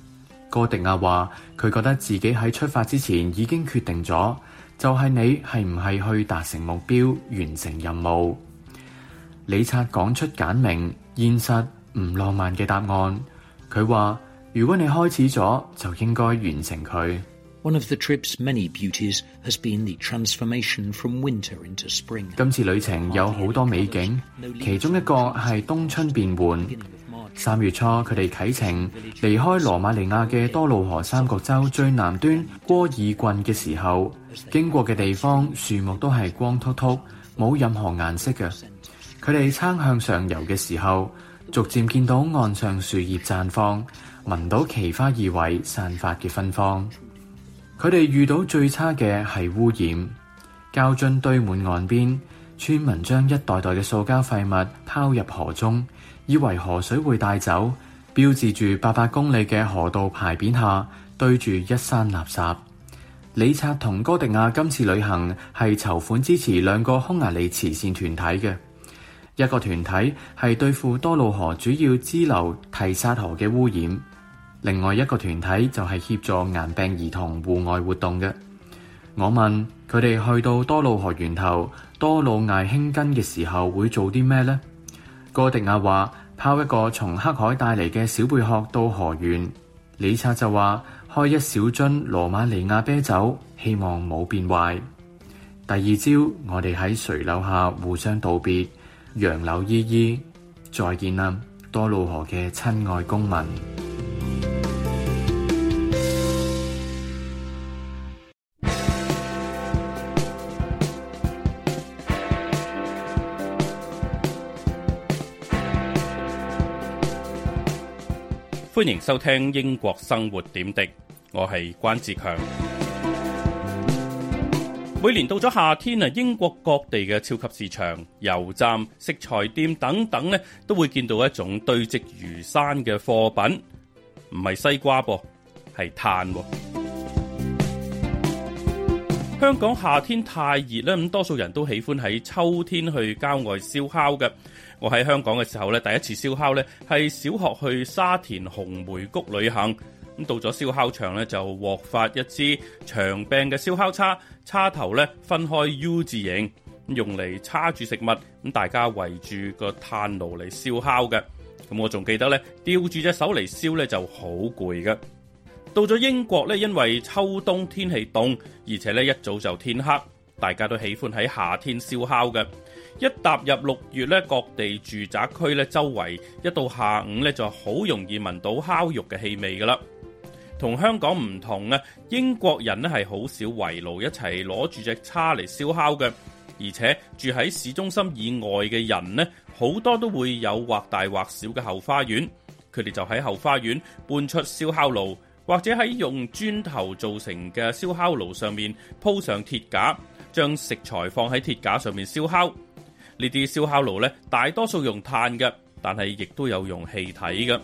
哥迪亞話佢覺得自己喺出發之前已經決定咗，就係你係唔係去達成目標、完成任務。李察講出簡明、現實、唔浪漫嘅答案。佢話：如果你開始咗，就應該完成佢。 One of the trip's many beauties has been the transformation from winter into spring. 今次旅程有好多美景，其中一個係冬春變換。3月初，佢哋啟程離開羅馬尼亞嘅多瑙河三角洲最南端戈爾郡嘅時候，經過嘅地方樹木都係光禿禿，冇任何顏色嘅。佢哋撐向上游嘅時候，逐漸見到岸上樹葉綻放，聞到奇花異卉散發嘅芬芳。佢哋遇到最差嘅係污染，膠樽堆滿岸邊，村民將一袋袋嘅塑膠廢物拋入河中，以為河水會帶走，標誌住800公里嘅河道牌匾下堆住一山垃圾。李察同哥迪亞今次旅行係籌款支持2個匈牙利慈善團體嘅，一個團體係對付多瑙河主要支流提薩河嘅污染。另外一個團體就係協助癌病兒童戶外活動嘅。我問佢哋去到多瑙河源頭多瑙艾興根嘅時候會做啲咩呢？哥迪亞話拋一個從黑海帶嚟嘅小貝殼到河源。李察就話開一小樽羅馬尼亞啤酒，希望冇變壞。第二朝我哋喺垂柳下互相道別，楊柳依依，再見啦，多瑙河嘅親愛公民。 歡迎收聽英國生活點滴，我係關志強。每年到咗夏天啊，英國各地嘅超級市場、油站、食材店等等咧，都會見到一種堆積如山嘅貨品，唔係西瓜噃，係炭。香港夏天太熱啦，咁多數人都喜歡喺秋天去郊外燒烤嘅。我喺香港嘅時候咧，第一次燒烤咧係小學去沙田紅梅谷旅行。咁到咗燒烤場咧，就獲發一支長柄嘅燒烤叉，叉頭咧分開 U 字形，用嚟叉住食物。咁大家圍住個炭爐嚟燒烤嘅。咁我仲記得咧，吊住隻手嚟燒咧就好攰嘅。到咗英國咧，因為秋冬天氣凍，而且咧一早就天黑，大家都喜歡喺夏天燒烤嘅。一踏入6月咧，各地住宅區咧周圍一到下午咧就好容易聞到烤肉嘅氣味噶啦。同香港唔同啊，英國人咧係好少圍爐一齊攞住隻叉嚟燒烤嘅，而且住喺市中心以外嘅人呢，好多都會有或大或小嘅後花園，佢哋就喺後花園搬出燒烤爐，或者喺用磚頭做成嘅燒烤爐上面鋪上鐵架，將食材放喺鐵架上面燒烤。呢啲燒烤爐咧，大多數用炭嘅，但係亦都有用氣體嘅。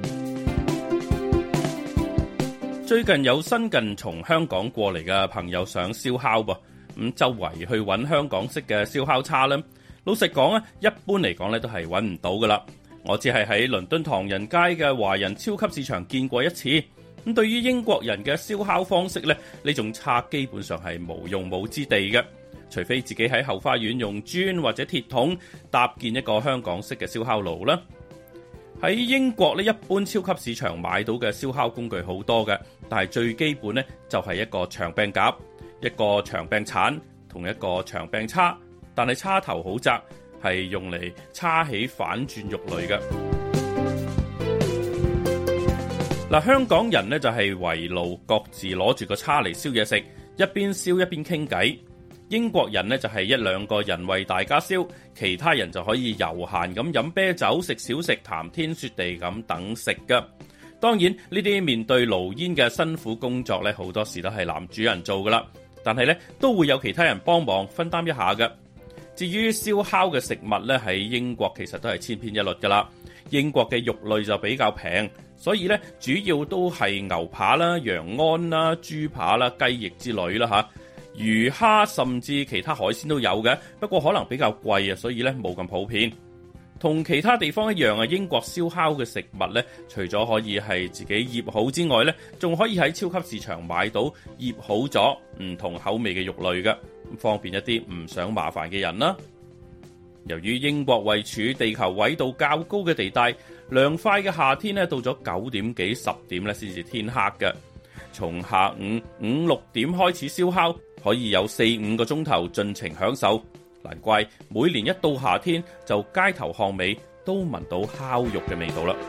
最近有新近從香港過嚟嘅朋友想燒烤噃，咁周圍去揾香港式嘅燒烤叉啦。老實講啊，一般嚟講咧都係揾唔到噶啦。我只係喺倫敦唐人街嘅華人超級市場見過一次。咁對於英國人嘅燒烤方式咧，呢種叉基本上係無用武之地嘅。除非自己喺後花園用磚或者鐵桶搭建一個香港式嘅燒烤爐啦。喺英國呢，一般超級市場買到嘅燒烤工具好多嘅，但係最基本呢，就係一個長柄夾、一個長柄鏟同一個長柄叉，但係叉頭好窄，係用嚟叉起反轉肉類嘅。嗱，香港人呢，就係圍爐各自攞住個叉嚟燒嘢食，一邊燒一邊傾偈。英國人呢，就係1-2個人為大家燒，其他人就可以悠閒咁飲啤酒、食小食、談天說地咁等食㗎。當然呢啲面對爐煙嘅辛苦工作呢，好多時都係男主人做㗎啦。但係呢，都會有其他人幫忙分擔一下嘅。至於燒烤嘅食物呢，喺英國其實都係千篇一律㗎啦。英國嘅肉類就比較平，所以呢，主要都係牛扒啦、羊鞍啦、豬扒啦、雞翼之類啦嚇。魚蝦甚至其他海鮮都有嘅，不過可能比較貴啊，所以咧冇咁普遍。 同其他地方一樣啊，英國燒烤嘅食物呢，除咗可以係自己醃好之外呢，仲可以喺超級市場買到醃好咗唔同口味嘅肉類嘅，方便一啲唔想麻煩嘅人啦。由於英國位處地球緯度較高嘅地帶，涼快嘅夏天呢，到咗9點幾10點呢先至天黑嘅。從下午5、6點開始燒烤，可以有4、5個鐘頭盡情享受。難怪每年一到夏天，就街頭巷尾都聞到烤肉嘅味道啦。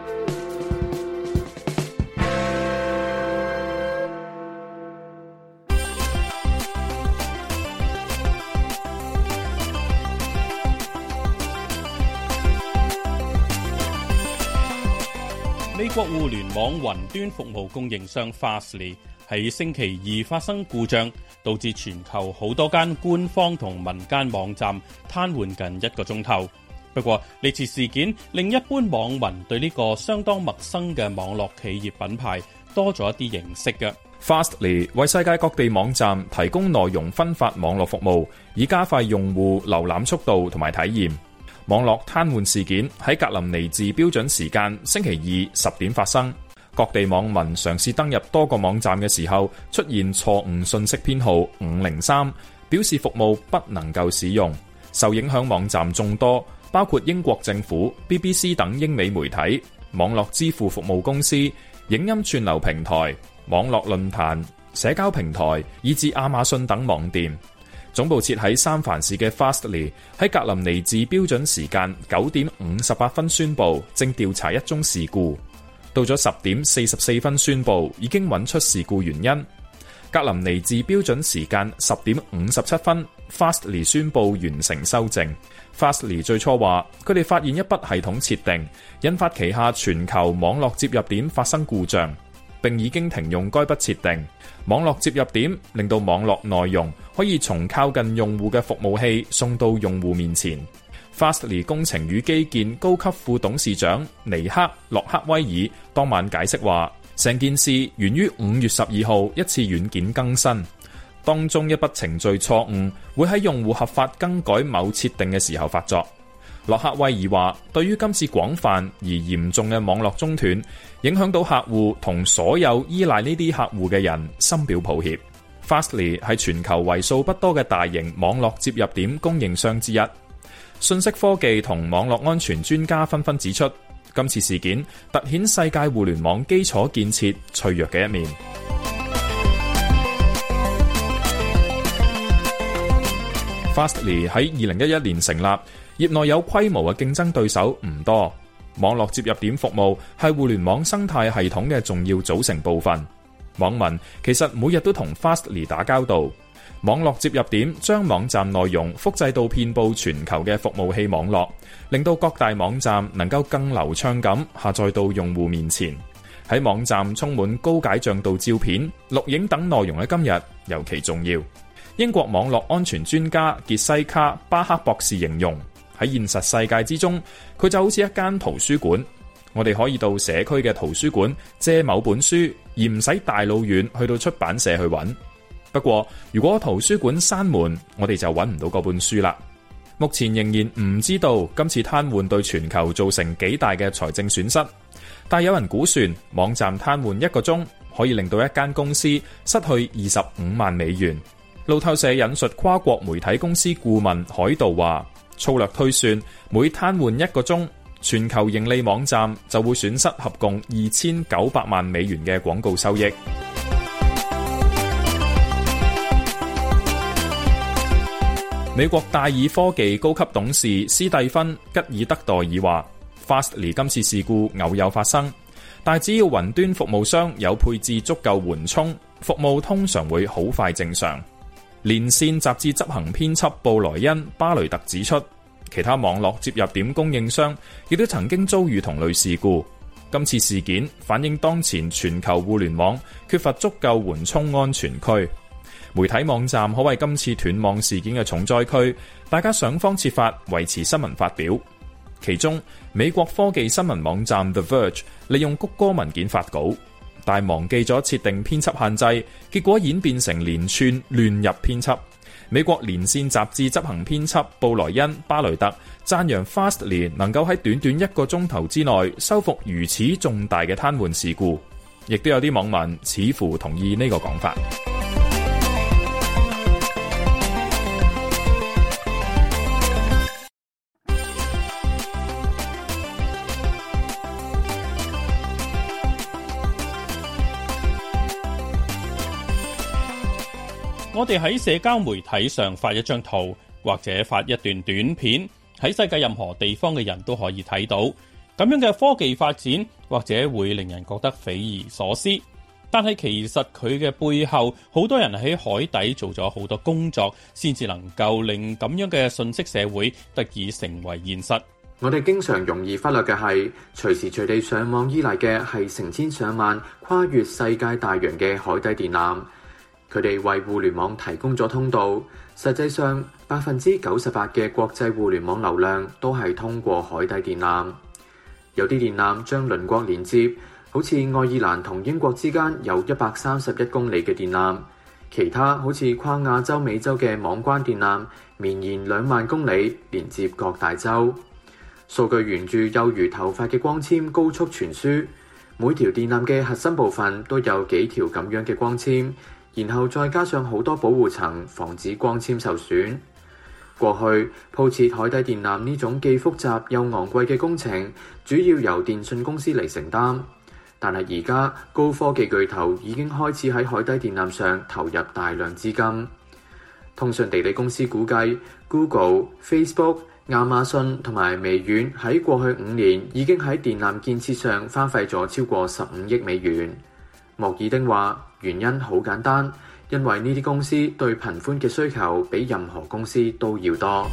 美國互聯網雲端服務供應商 Fastly 喺星期2發生故障，導致全球好多間官方同民間網站癱瘓近1個鐘頭。不過呢次事件令一般網民對呢個相當陌生嘅網絡企業品牌多咗一啲認識嘅。 Fastly 為世界各地網站提供內容分發網絡服務，以加快用戶瀏覽速度同埋體驗。網絡癱瘓事件喺格林尼治標準時間星期2 10點發生，各地網民嘗試登入多個網站嘅時候，出現錯誤信息編號503，表示服務不能夠使用。受影響網站眾多，包括英國政府、BBC 等英美媒體、網絡支付服務公司、影音串流平台、網絡論壇、社交平台，以至亞馬遜等網店。總部設喺三藩市嘅 Fastly 喺格林尼治標準時間9點58分宣布，正調查一宗事故。到咗10點44分宣布，已經揾出事故原因。格林尼治標準時間10點57分 ，Fastly 宣布完成修正。Fastly 最初話，佢哋發現一筆系統設定，引發旗下全球網絡接入點發生故障，並已經停用該筆設定。網絡接入點令到網絡內容可以從靠近用戶嘅服務器送到用戶面前。Fastly 工程與基建高級副董事長尼克·洛克威爾當晚解釋話，成件事源於5月12號一次軟件更新，當中一筆程序錯誤會喺用戶合法更改某設定嘅時候發作。洛克威爾話，對於今次廣泛而嚴重嘅網絡中斷，影響到客戶同所有依賴呢啲客戶嘅人，深表抱歉。Fastly 係全球為數不多嘅大型網絡接入點供應商之一。信息科技同網絡安全專家紛紛指出，今次事件凸顯世界互聯網基礎建設脆弱嘅一面。Fastly 喺2011年成立，業內有規模嘅競爭對手唔多。網絡接入點服務係互聯網生態系統嘅重要組成部分。網民其實每日都同 Fastly 打交道。網絡接入點將網站內容複製到遍佈全球嘅服務器網絡，令到各大網站能夠更流暢咁下載到用戶面前。喺網站充滿高解像度照片、錄影等內容嘅今日尤其重要。英國網絡安全專家傑西卡·巴克博士形容，喺現實世界之中，佢就好似一間圖書館。我哋可以到社區嘅圖書館借某本書，而唔使大老遠去到出版社去揾。不過，如果圖書館閂門，我哋就揾唔到嗰本書啦。目前仍然唔知道今次癱瘓對全球造成幾大嘅財政損失，但有人估算網站癱瘓1個鐘可以令到一間公司失去25萬美元。路透社引述跨國媒體公司顧問海道話，粗略推算，每癱瘓1個鐘，全球盈利網站就會損失合共2900萬美元嘅廣告收益。美國戴爾科技高級董事斯蒂芬·吉爾德代爾話 ，Fastly 今次事故偶有發生，但只要雲端服務商有配置足夠緩衝，服務通常會好快正常。連線雜誌執行編輯布萊恩·巴雷特指出，其他網絡接入點供應商亦都曾經遭遇同類事故。今次事件反映當前全球互聯網缺乏足夠緩衝安全區。媒體網站可謂今次斷網事件嘅重災區，大家想方設法維持新聞發表。其中，美國科技新聞網站 The Verge 利用谷歌文件發稿，但忘記咗設定編輯限制，結果演變成連串亂入編輯。 美國連線雜誌執行編輯布萊恩·巴雷特讚揚 Fastly 能夠喺短短1個鐘頭之內修復如此重大嘅癱瘓事故，亦都有啲網民似乎同意呢個講法。 我哋喺社交媒體上發一張圖，或者發一段短片，喺世界任何地方嘅人都可以睇到。咁樣嘅科技發展，或者會令人覺得匪夷所思。但係其實佢嘅背後，好多人喺海底做咗好多工作，先至能夠令咁樣嘅信息社會得以成為現實。 我哋經常容易忽略嘅係，隨時隨地上網依賴嘅係成千上萬跨越世界大洋嘅海底電纜。佢哋為互聯網提供咗通道，實際上98%嘅國際互聯網流量都係通過海底電纜。有啲電纜將鄰國連接，好似愛爾蘭同英國之間有131公里嘅電纜，其他好似跨亞洲美洲嘅網關電纜，綿延2萬公里，連接各大洲。數據沿住幼如頭髮嘅光纖高速傳輸，每條電纜嘅核心部分都有幾條咁樣嘅光纖，然後再加上好多保護層，防止光纖受損。過去鋪設海底電纜呢種既複雜又昂貴嘅工程，主要由電信公司嚟承擔。但係而家高科技巨頭已經開始喺海底電纜上投入大量資金。通訊地理公司估計 ，Google、Facebook、亞馬遜同埋微軟喺過去5年已經喺電纜建設上花費咗超過15億美元。莫爾丁話：原因好簡單，因為呢啲公司對頻寬嘅需求比任何公司都要多。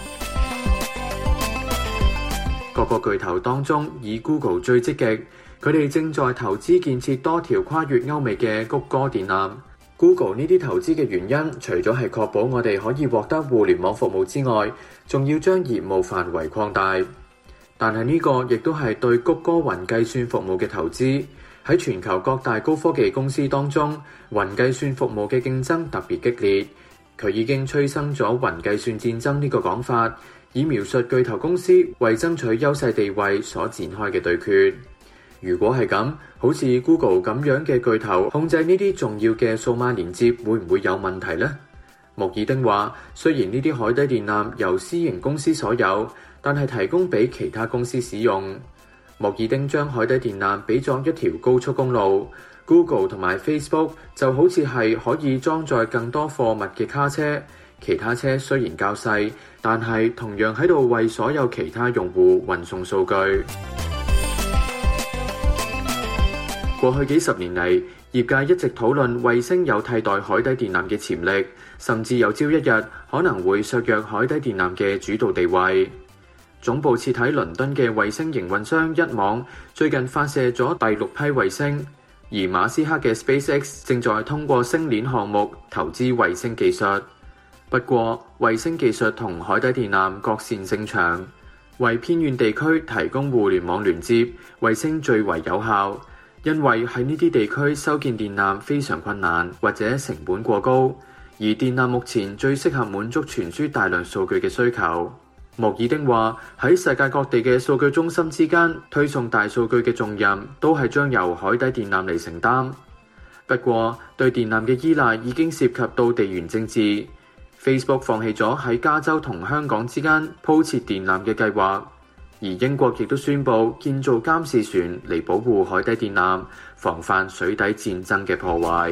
各個巨頭當中，以 Google 最積極，佢哋正在投資建設多條跨越歐美嘅谷歌電纜。Google 呢啲投資嘅原因，除咗係確保我哋可以獲得互聯網服務之外，仲要將業務範圍擴大。但係呢個亦都係對谷歌雲計算服務嘅投資。喺全球各大高科技公司當中，雲計算服務嘅競爭特別激烈。佢已經催生咗雲計算戰爭呢個講法，以描述巨頭公司為爭取優勢地位所展開嘅對決。如果係咁，好似 Google 咁樣嘅巨頭控制呢啲重要嘅數碼連接，會唔會有問題呢？莫爾丁話：雖然呢啲海底電纜由私營公司所有，但係提供俾其他公司使用。莫爾丁將海底電纜比作一條高速公路 ，Google 同埋 Facebook 就好似係可以裝載更多貨物嘅卡車。其他車雖然較細，但係同樣喺度為所有其他用戶運送數據。過去幾十年嚟，業界一直討論衛星有替代海底電纜嘅潛力，甚至有朝一日可能會削弱海底電纜嘅主導地位。總部設喺倫敦嘅衛星營運商一網最近發射咗第6批衛星，而馬斯克嘅 SpaceX 正在通過星鏈項目投資衛星技術。不過，衛星技術同海底電纜各擅勝場，為偏遠地區提供互聯網連接，衛星最為有效。因為喺呢啲地區修建電纜非常困難，或者成本過高，而電纜目前最適合滿足傳輸大量數據嘅需求。莫爾丁話：喺世界各地嘅數據中心之間推送大數據嘅重任，都係將由海底電纜嚟承擔。不過，對電纜嘅依賴已經涉及到地緣政治。Facebook 放棄咗喺加州同香港之間鋪設電纜嘅計劃。而英國亦都宣布建造監視船嚟保護海底電纜，防範水底戰爭嘅破壞。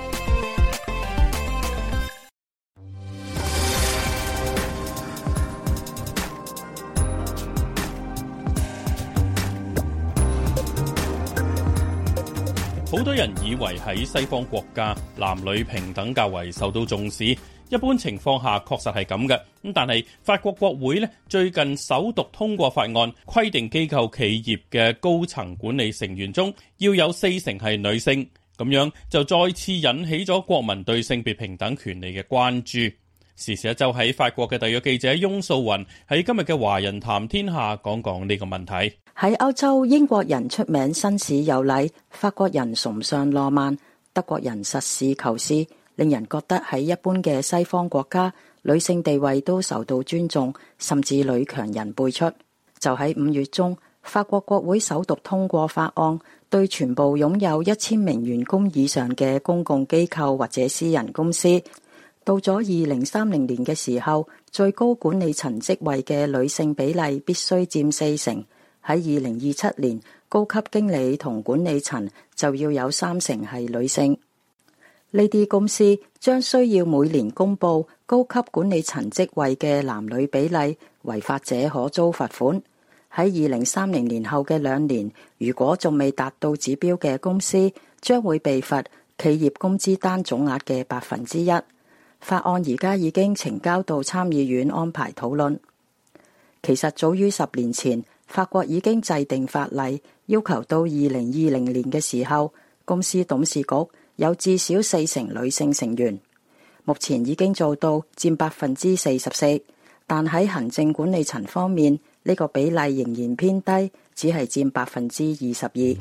好多人以為喺西方國家，男女平等較為受到重視。一般情況下確實係咁嘅，但係法國國會最近首讀通過法案，規定機構企業嘅高層管理成員中要有40%係女性，咁樣就再次引起咗國民對性別平等權利嘅關注。時事一周喺法國嘅特約記者翁素雲喺今日嘅華人談天下講講呢個問題。 喺歐洲，英國人出名紳士有禮，法國人崇尚浪漫，德國人實事求是， 令人覺得喺一般嘅西方國家，女性地位都受到尊重，甚至女強人輩出。就喺5月中，法國國會首讀通過法案，對全部擁有1000名員工以上嘅公共機構或者私人公司，到咗2030年嘅時候，最高管理層職位嘅女性比例必須佔40%。喺2027年，高級經理同管理層就要有30%係女性。呢啲公司將需要每年公佈高級管理層職位嘅男女比例，違法者可遭罰款。喺2030年後嘅2年，如果仲未達到指標嘅公司，將會被罰企業工資單總額嘅1%。法案而家已經呈交到參議院安排討論。其實早於10年前，法國已經制定法例，要求到2020年嘅時候，公司董事局有至少40%女性成員。目前已經做到佔44%，但喺行政管理層方面，呢個比例仍然偏低，只係佔22%。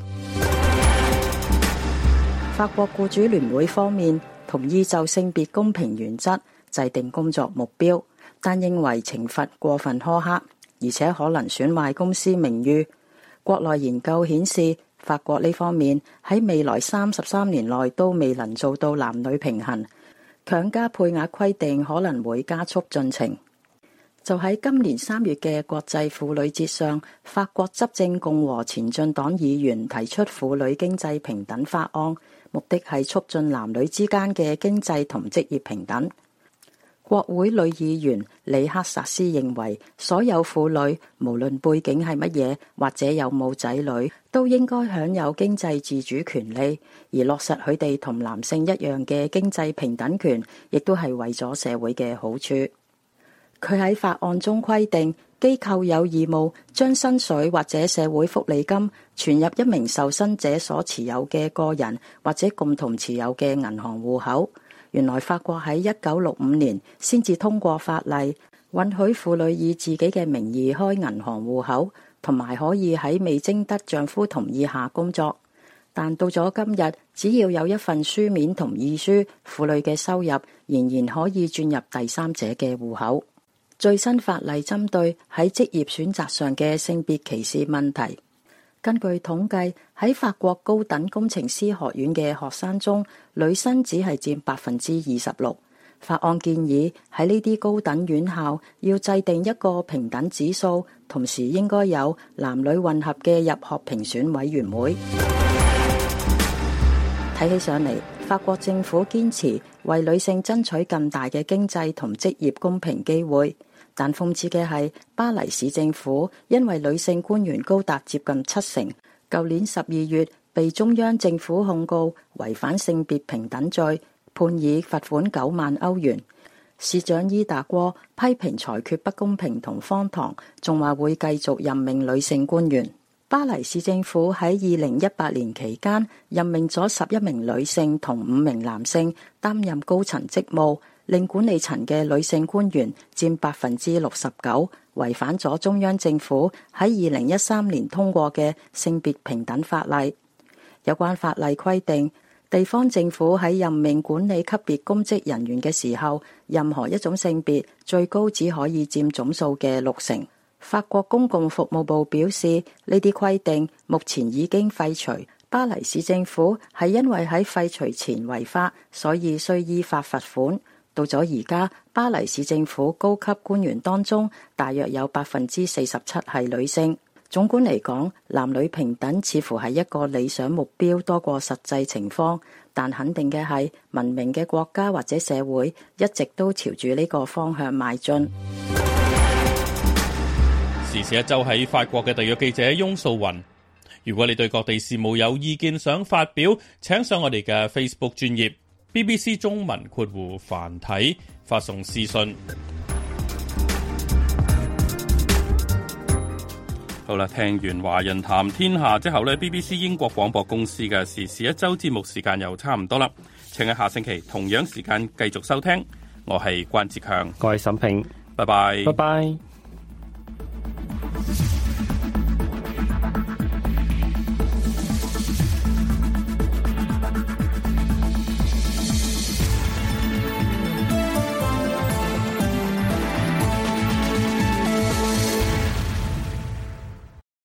法國僱主聯會方面同意就性別公平原則制定工作目標，但認為懲罰過分苛刻，而且可能損壞公司名譽。國內研究顯示，法國呢方面喺未來33年內都未能做到男女平衡，強加配額規定可能會加速進程。就喺今年3月嘅國際婦女節上，法國執政共和前進黨議員提出婦女經濟平等法案，目的係促進男女之間嘅經濟同職業平等。國會女議員里克薩斯認為，所有婦女無論背景係乜嘢或者有冇仔女，都應該享有經濟自主權利，而落實佢哋同男性一樣嘅經濟平等權，亦都係為咗社會嘅好處。佢喺法案中規定，機構有義務將薪水或者社會福利金存入一名受薪者所持有嘅個人或者共同持有嘅銀行戶口。原來法國喺1965年先至通過法例，允許婦女以自己嘅名義開銀行戶口，同埋可以喺未經得丈夫同意下工作。但到咗今日，只要有一份書面同意書，婦女嘅收入仍然可以轉入第三者嘅戶口。最新法例針對喺職業選擇上嘅性別歧視問題。根據統計，喺法國高等工程師學院嘅學生中，女生只係佔26%。法案建議喺呢啲高等院校要制定一個平等指數，同時應該有男女混合嘅入學評選委員會。睇起上嚟，法國政府堅持為女性爭取更大嘅經濟同職業公平機會。但諷刺嘅係，巴黎市政府因為女性官員高達接近70%，舊年12月被中央政府控告違反性別平等罪，判以罰款9萬歐元。市長伊達過批評裁決不公平同荒唐，仲話會繼續任命女性官員。巴黎市政府喺2018年期間任命咗11名女性同5名男性擔任高層職務，令管理層嘅女性官員佔69%，違反咗中央政府喺2013年通過嘅性別平等法例。有關法例規定，地方政府喺任命管理級別公職人員嘅時候，任何一種性別最高只可以佔總數嘅60%。法國公共服務部表示，呢啲規定目前已經廢除。巴黎市政府係因為喺廢除前違法，所以需依法罰款。到咗而家，巴黎市政府高級官員當中，大約有47%係女性。總管嚟講，男女平等似乎係一個理想目標多過實際情況，但肯定嘅係，文明嘅國家或者社會一直都朝住呢個方向邁進。 時事一周喺法國嘅特約記者翁素雲。如果你對各地事務有意見想發表，請上我哋嘅 Facebook 專頁 BBC 中文括弧繁體發送私信。好啦，聽完華人談天下之後呢， BBC 英國廣播公司嘅時事一周節目時間又差唔多啦，請喺下星期同樣時間繼續收聽。我係關志強， 我係沈平， 拜拜， 拜拜。